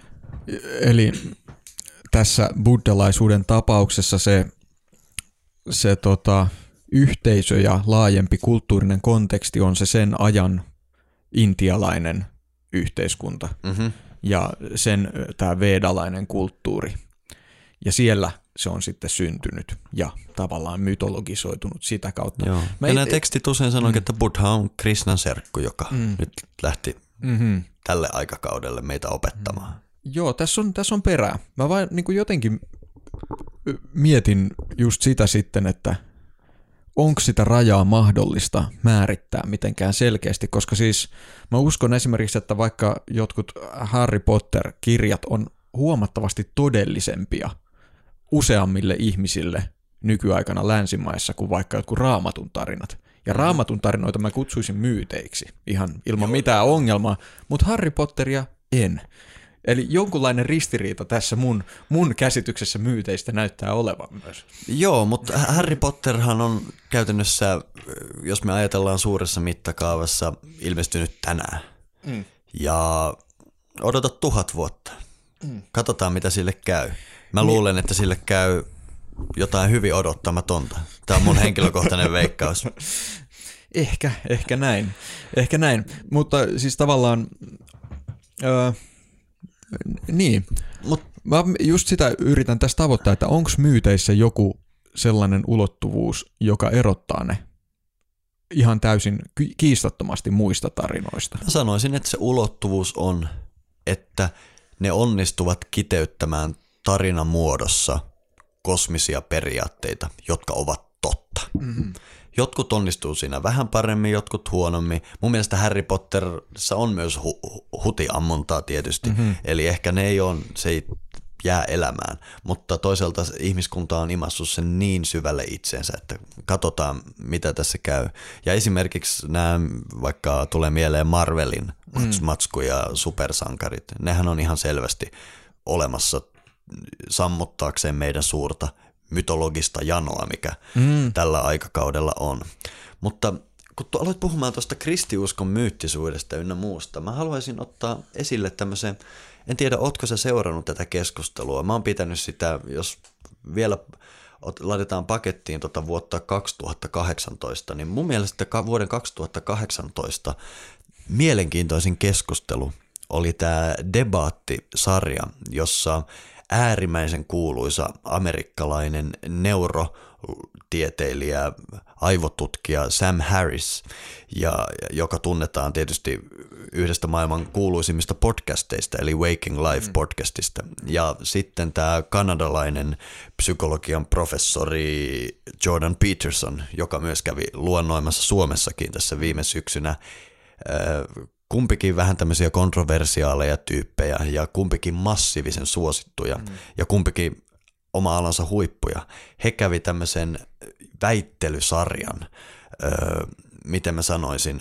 [SPEAKER 2] eli tässä buddhalaisuuden tapauksessa se, se tota, yhteisö ja laajempi kulttuurinen konteksti on se sen ajan intialainen yhteiskunta mm-hmm. ja sen tämä vedalainen kulttuuri. Ja siellä se on sitten syntynyt ja tavallaan mytologisoitunut sitä kautta.
[SPEAKER 3] Joo.
[SPEAKER 2] Mä
[SPEAKER 3] ja nämä tekstit usein sanoo, mm. että Buddha on Krishnan serkku, joka mm. nyt lähti mm-hmm. tälle aikakaudelle meitä opettamaan.
[SPEAKER 2] Joo, tässä on, tässä on perää. Mä vain niin kuin jotenkin mietin just sitä sitten, että onko sitä rajaa mahdollista määrittää mitenkään selkeästi, koska siis mä uskon esimerkiksi, että vaikka jotkut Harry Potter-kirjat on huomattavasti todellisempia useammille ihmisille nykyaikana länsimaissa kuin vaikka jotkut Raamatun tarinat. Ja Raamatun tarinoita mä kutsuisin myyteiksi ihan ilman Joo. mitään ongelmaa, mutta Harry Potteria en. Eli jonkunlainen ristiriita tässä mun, mun käsityksessä myyteistä näyttää olevan myös.
[SPEAKER 3] Joo, mutta Harry Potterhan on käytännössä, jos me ajatellaan suuressa mittakaavassa, ilmestynyt tänään. Mm. Ja odota tuhat vuotta. Mm. Katsotaan, mitä sille käy. Mä niin. luulen, että sille käy jotain hyvin odottamatonta. Tämä on mun henkilökohtainen veikkaus.
[SPEAKER 2] Ehkä, ehkä näin. Ehkä näin. Mutta siis tavallaan... Öö, Niin, mutta mä just sitä yritän tässä tavoittaa, että onko myyteissä joku sellainen ulottuvuus, joka erottaa ne ihan täysin kiistattomasti muista tarinoista.
[SPEAKER 3] Mä sanoisin, että se ulottuvuus on, että ne onnistuvat kiteyttämään tarinan muodossa kosmisia periaatteita, jotka ovat totta. Mm-hmm. Jotkut onnistuu siinä vähän paremmin, jotkut huonommin. Mun mielestä Harry Potterissa on myös hu- hutiammuntaa tietysti, mm-hmm. eli ehkä ne ei ole, se ei jää elämään, mutta toisaalta ihmiskunta on imassut sen niin syvälle itseensä, että katsotaan mitä tässä käy. Ja esimerkiksi nämä, vaikka tulee mieleen Marvelin mm. matsku ja supersankarit, nehän on ihan selvästi olemassa sammuttaakseen meidän suurta mytologista janoa, mikä mm. tällä aikakaudella on. Mutta kun aloit puhumaan tuosta kristiuskon myyttisuudesta ynnä muusta, mä haluaisin ottaa esille tämmöisen, en tiedä, ootko sä seurannut tätä keskustelua. Mä oon pitänyt sitä, jos vielä laitetaan pakettiin tuota vuotta kaksituhattakahdeksantoista, niin mun mielestä vuoden kaksituhattakahdeksantoista mielenkiintoisin keskustelu oli tämä debaattisarja, jossa äärimmäisen kuuluisa amerikkalainen neurotieteilijä, aivotutkija Sam Harris, ja, joka tunnetaan tietysti yhdestä maailman kuuluisimmista podcasteista, eli Waking Life podcastista. Ja sitten tämä kanadalainen psykologian professori Jordan Peterson, joka myös kävi luennoimassa Suomessakin tässä viime syksynä. Kumpikin vähän tämmöisiä kontroversiaaleja tyyppejä ja kumpikin massiivisen suosittuja mm. ja kumpikin oma alansa huippuja. He kävi tämmöisen väittelysarjan, öö, miten mä sanoisin,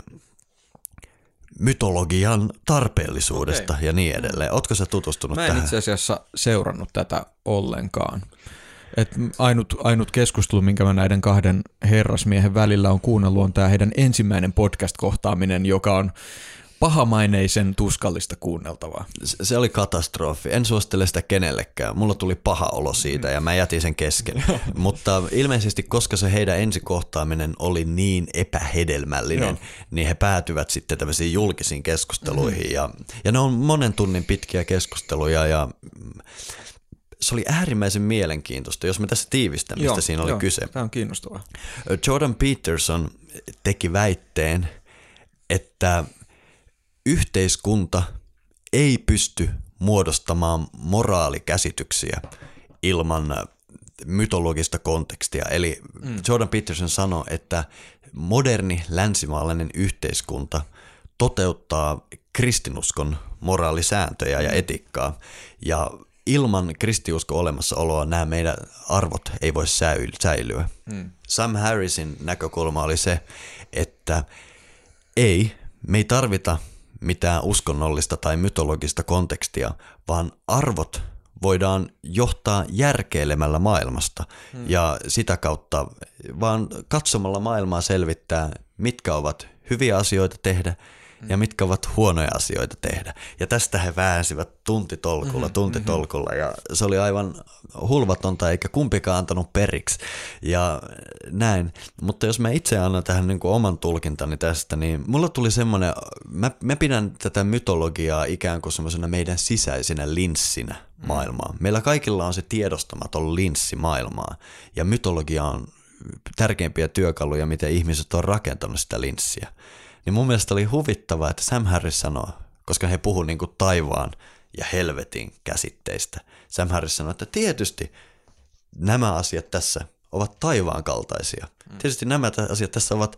[SPEAKER 3] mytologian tarpeellisuudesta okay. ja niin edelleen. Ootko sä tutustunut tähän?
[SPEAKER 2] Mä en itse asiassa seurannut tätä ollenkaan. Et ainut, ainut keskustelu, minkä mä näiden kahden herrasmiehen välillä on kuunnellut, on tämä heidän ensimmäinen podcast-kohtaaminen, joka on pahamaineisen tuskallista kuunneltavaa.
[SPEAKER 3] Se oli katastrofi. En suosittele sitä kenellekään. Mulla tuli paha olo siitä ja mä jätin sen kesken. Mutta ilmeisesti, koska se heidän ensikohtaaminen oli niin epähedelmällinen, Joo. niin he päätyvät sitten tämmöisiin julkisiin keskusteluihin. Mm. Ja, ja ne on monen tunnin pitkiä keskusteluja ja se oli äärimmäisen mielenkiintoista, jos me tässä tiivistämme, mistä Joo, siinä oli
[SPEAKER 2] jo,
[SPEAKER 3] kyse.
[SPEAKER 2] Tämä on kiinnostavaa.
[SPEAKER 3] Jordan Peterson teki väitteen, että yhteiskunta ei pysty muodostamaan moraalikäsityksiä ilman mytologista kontekstia. Eli mm. Jordan Peterson sanoi, että moderni länsimaalainen yhteiskunta toteuttaa kristinuskon moraalisääntöjä ja etiikkaa, ja ilman kristiuskon olemassaoloa nämä meidän arvot ei voi säilyä. Mm. Sam Harrisin näkökulma oli se, että ei, me ei tarvita mitään uskonnollista tai mytologista kontekstia, vaan arvot voidaan johtaa järkeilemällä maailmasta hmm. ja sitä kautta vaan katsomalla maailmaa selvittää, mitkä ovat hyviä asioita tehdä ja mitkä ovat huonoja asioita tehdä. Ja tästä he väänsivät tuntitolkulla, tuntitolkulla ja se oli aivan hulvatonta eikä kumpikaan antanut periksi ja näin. Mutta jos mä itse annan tähän niin kuin oman tulkintani tästä, niin mulla tuli semmoinen, mä, mä pidän tätä mytologiaa ikään kuin semmoisena meidän sisäisenä linssinä maailmaa. Meillä kaikilla on se tiedostamaton linssi maailmaa ja mytologia on tärkeimpiä työkaluja, miten ihmiset on rakentanut sitä linssiä. Niin mun mielestä oli huvittavaa, että Sam Harris sanoo, koska he puhuu niin kuin taivaan ja helvetin käsitteistä. Sam Harris sanoi, että tietysti nämä asiat tässä ovat taivaan kaltaisia. Mm. Tietysti nämä asiat tässä ovat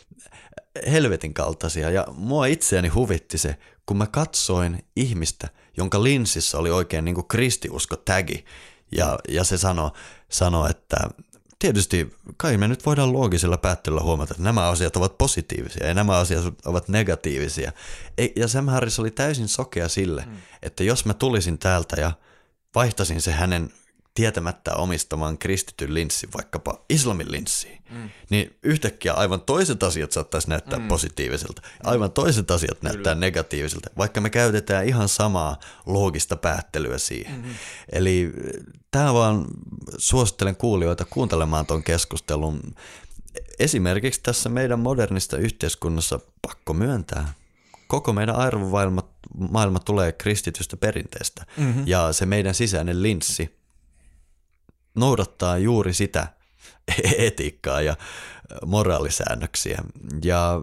[SPEAKER 3] helvetin kaltaisia ja mua itseäni huvitti se, kun mä katsoin ihmistä, jonka linssissä oli oikein niin kuin kristiusko-tägi ja, ja se sanoi, sano, että tietysti kai me nyt voidaan loogisella päättelyllä huomata, että nämä asiat ovat positiivisia ja nämä asiat ovat negatiivisia. Ja Sam Harris oli täysin sokea sille, mm. että jos mä tulisin täältä ja vaihtasin se hänen tietämättä omistamaan kristityn linssin, vaikkapa islamin linssiin, mm. niin yhtäkkiä aivan toiset asiat saattaisi näyttää mm. positiiviselta. Aivan toiset asiat Kyllä. näyttää negatiiviselta, vaikka me käytetään ihan samaa loogista päättelyä siihen. Mm-hmm. Eli tämä vaan suosittelen kuulijoita kuuntelemaan tuon keskustelun. Esimerkiksi tässä meidän modernista yhteiskunnassa pakko myöntää. Koko meidän arvomaailma maailma tulee kristitystä perinteestä mm-hmm. ja se meidän sisäinen linssi noudattaa juuri sitä etiikkaa ja moraalisäännöksiä. Ja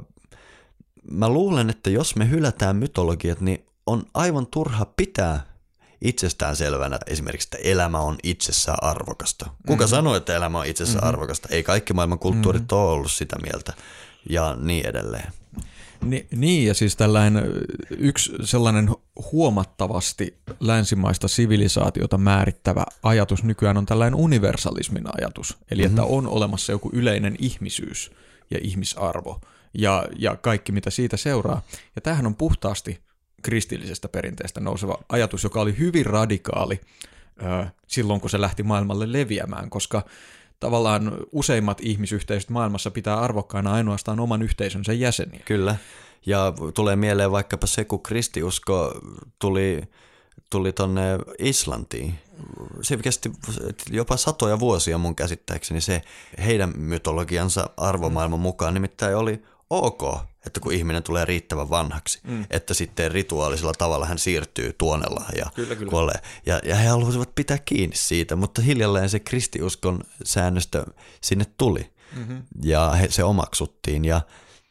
[SPEAKER 3] mä luulen, että jos me hylätään mytologiat, niin on aivan turha pitää itsestään selvänä esimerkiksi, että elämä on itsessään arvokasta. Kuka mm-hmm. sanoo, että elämä on itsessään mm-hmm. arvokasta? Ei kaikki maailman kulttuurit mm-hmm. ole ollut sitä mieltä ja niin edelleen.
[SPEAKER 2] Ni, niin ja siis tällainen yksi sellainen huomattavasti länsimaista sivilisaatiota määrittävä ajatus nykyään on tällainen universalismin ajatus. Eli mm-hmm. että on olemassa joku yleinen ihmisyys ja ihmisarvo ja, ja kaikki mitä siitä seuraa. Ja tämähän on puhtaasti kristillisestä perinteestä nouseva ajatus, joka oli hyvin radikaali ö, silloin kun se lähti maailmalle leviämään, koska tavallaan useimmat ihmisyhteisöt maailmassa pitää arvokkaana ainoastaan oman yhteisönsä jäseniä.
[SPEAKER 3] Kyllä, ja tulee mieleen vaikkapa se, kun kristiusko tuli, tuli tonne Islantiin. Se kesti jopa satoja vuosia mun käsittääkseni se heidän mytologiansa arvomaailman mukaan, nimittäin oli ok, että kun ihminen tulee riittävän vanhaksi, mm. että sitten rituaalisella tavalla hän siirtyy tuonellaan ja kyllä, kyllä. kuolee. Ja, ja he halusivat pitää kiinni siitä, mutta hiljalleen se kristiuskon säännöstö sinne tuli mm-hmm. ja he, se omaksuttiin. Ja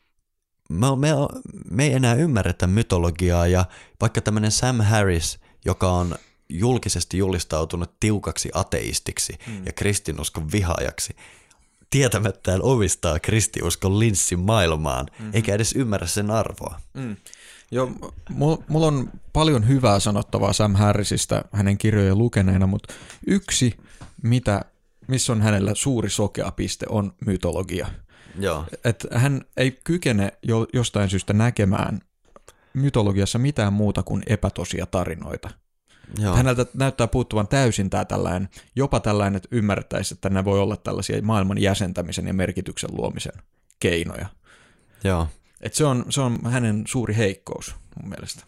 [SPEAKER 3] me, me, me ei enää ymmärretä mytologiaa ja vaikka tämmöinen Sam Harris, joka on julkisesti julistautunut tiukaksi ateistiksi mm. ja kristinuskon vihaajaksi, tietämättään omistaa kristiuskon linssin maailmaan, mm-hmm. eikä edes ymmärrä sen arvoa. Mm.
[SPEAKER 2] Joo, mulla on paljon hyvää sanottavaa Sam Harrisista hänen kirjojen lukeneena, mutta yksi, mitä, missä on hänellä suuri sokea piste, on mytologia.
[SPEAKER 3] Joo.
[SPEAKER 2] Et hän ei kykene jo, jostain syystä näkemään mytologiassa mitään muuta kuin epätosia tarinoita. Joo. Häneltä näyttää puuttuvan täysin tämä tällainen, jopa tällainen, että ymmärrettäisiin, että ne voi olla tällaisia maailman jäsentämisen ja merkityksen luomisen keinoja.
[SPEAKER 3] Joo.
[SPEAKER 2] Et se on, se on hänen suuri heikkous mun mielestä.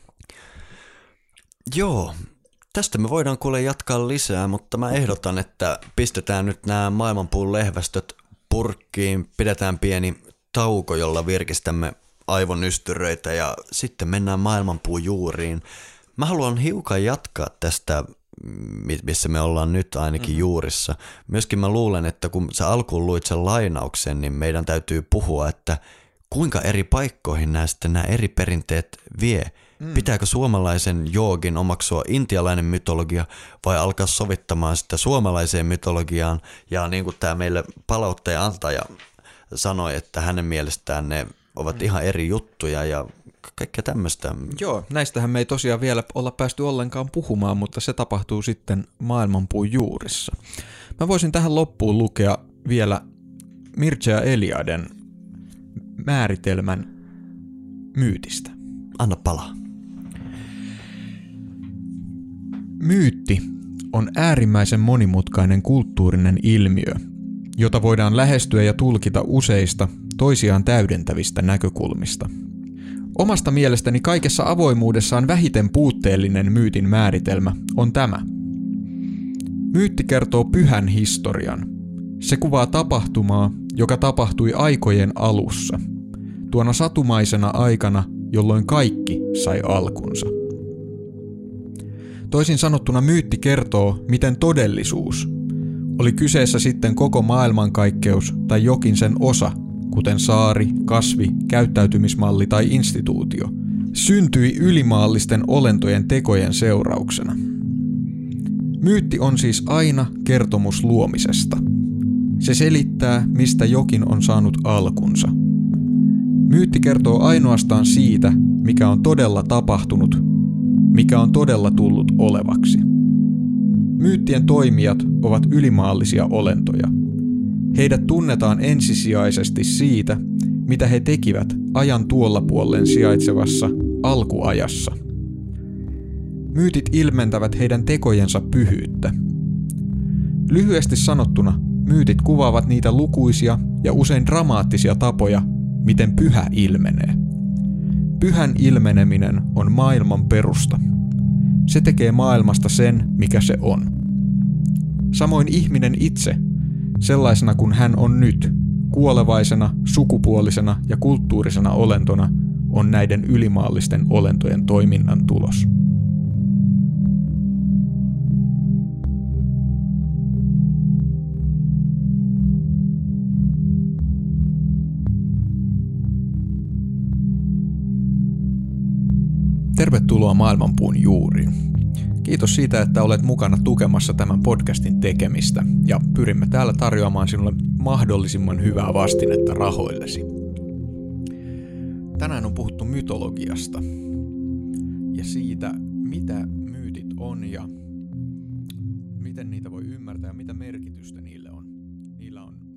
[SPEAKER 3] Joo, tästä me voidaan kuule jatkaa lisää, mutta mä ehdotan, että pistetään nyt nämä maailmanpuun lehvästöt purkkiin, pidetään pieni tauko, jolla virkistämme aivonystyröitä ja sitten mennään maailmanpuun juuriin. Mä haluan hiukan jatkaa tästä, missä me ollaan nyt ainakin mm-hmm. juurissa. Myöskin mä luulen, että kun sä alkuun luit sen lainauksen, niin meidän täytyy puhua, että kuinka eri paikkoihin nämä sitten nämä eri perinteet vie. Mm. Pitääkö suomalaisen joogin omaksua intialainen mytologia vai alkaa sovittamaan sitä suomalaiseen mytologiaan? Ja niin kuin tämä meille palautteen antaja sanoi, että hänen mielestään ne ovat mm. ihan eri juttuja ja kaikkea tämmöistä.
[SPEAKER 2] Joo, näistähän me ei tosiaan vielä olla päästy ollenkaan puhumaan, mutta se tapahtuu sitten maailmanpuun juurissa. Mä voisin tähän loppuun lukea vielä Mircea Eliaden määritelmän myytistä.
[SPEAKER 3] Anna palaa.
[SPEAKER 2] Myytti on äärimmäisen monimutkainen kulttuurinen ilmiö, jota voidaan lähestyä ja tulkita useista toisiaan täydentävistä näkökulmista. Omasta mielestäni kaikessa avoimuudessaan vähiten puutteellinen myytin määritelmä on tämä. Myytti kertoo pyhän historian. Se kuvaa tapahtumaa, joka tapahtui aikojen alussa, tuona satumaisena aikana, jolloin kaikki sai alkunsa. Toisin sanottuna myytti kertoo, miten todellisuus, oli kyseessä sitten koko maailmankaikkeus tai jokin sen osa, kuten saari, kasvi, käyttäytymismalli tai instituutio, syntyi ylimaallisten olentojen tekojen seurauksena. Myytti on siis aina kertomus luomisesta. Se selittää, mistä jokin on saanut alkunsa. Myytti kertoo ainoastaan siitä, mikä on todella tapahtunut, mikä on todella tullut olevaksi. Myyttien toimijat ovat ylimaallisia olentoja. Heidät tunnetaan ensisijaisesti siitä, mitä he tekivät ajan tuolla puolen sijaitsevassa alkuajassa. Myytit ilmentävät heidän tekojensa pyhyyttä. Lyhyesti sanottuna, myytit kuvaavat niitä lukuisia ja usein dramaattisia tapoja, miten pyhä ilmenee. Pyhän ilmeneminen on maailman perusta. Se tekee maailmasta sen, mikä se on. Samoin ihminen itse, sellaisena kuin hän on nyt, kuolevaisena, sukupuolisena ja kulttuurisena olentona, on näiden ylimaallisten olentojen toiminnan tulos. Tervetuloa Maailmanpuun juuriin. Kiitos siitä, että olet mukana tukemassa tämän podcastin tekemistä ja pyrimme täällä tarjoamaan sinulle mahdollisimman hyvää vastinetta rahoillesi. Tänään on puhuttu mytologiasta ja siitä, mitä myytit on ja miten niitä voi ymmärtää ja mitä merkitystä niille on. Niillä on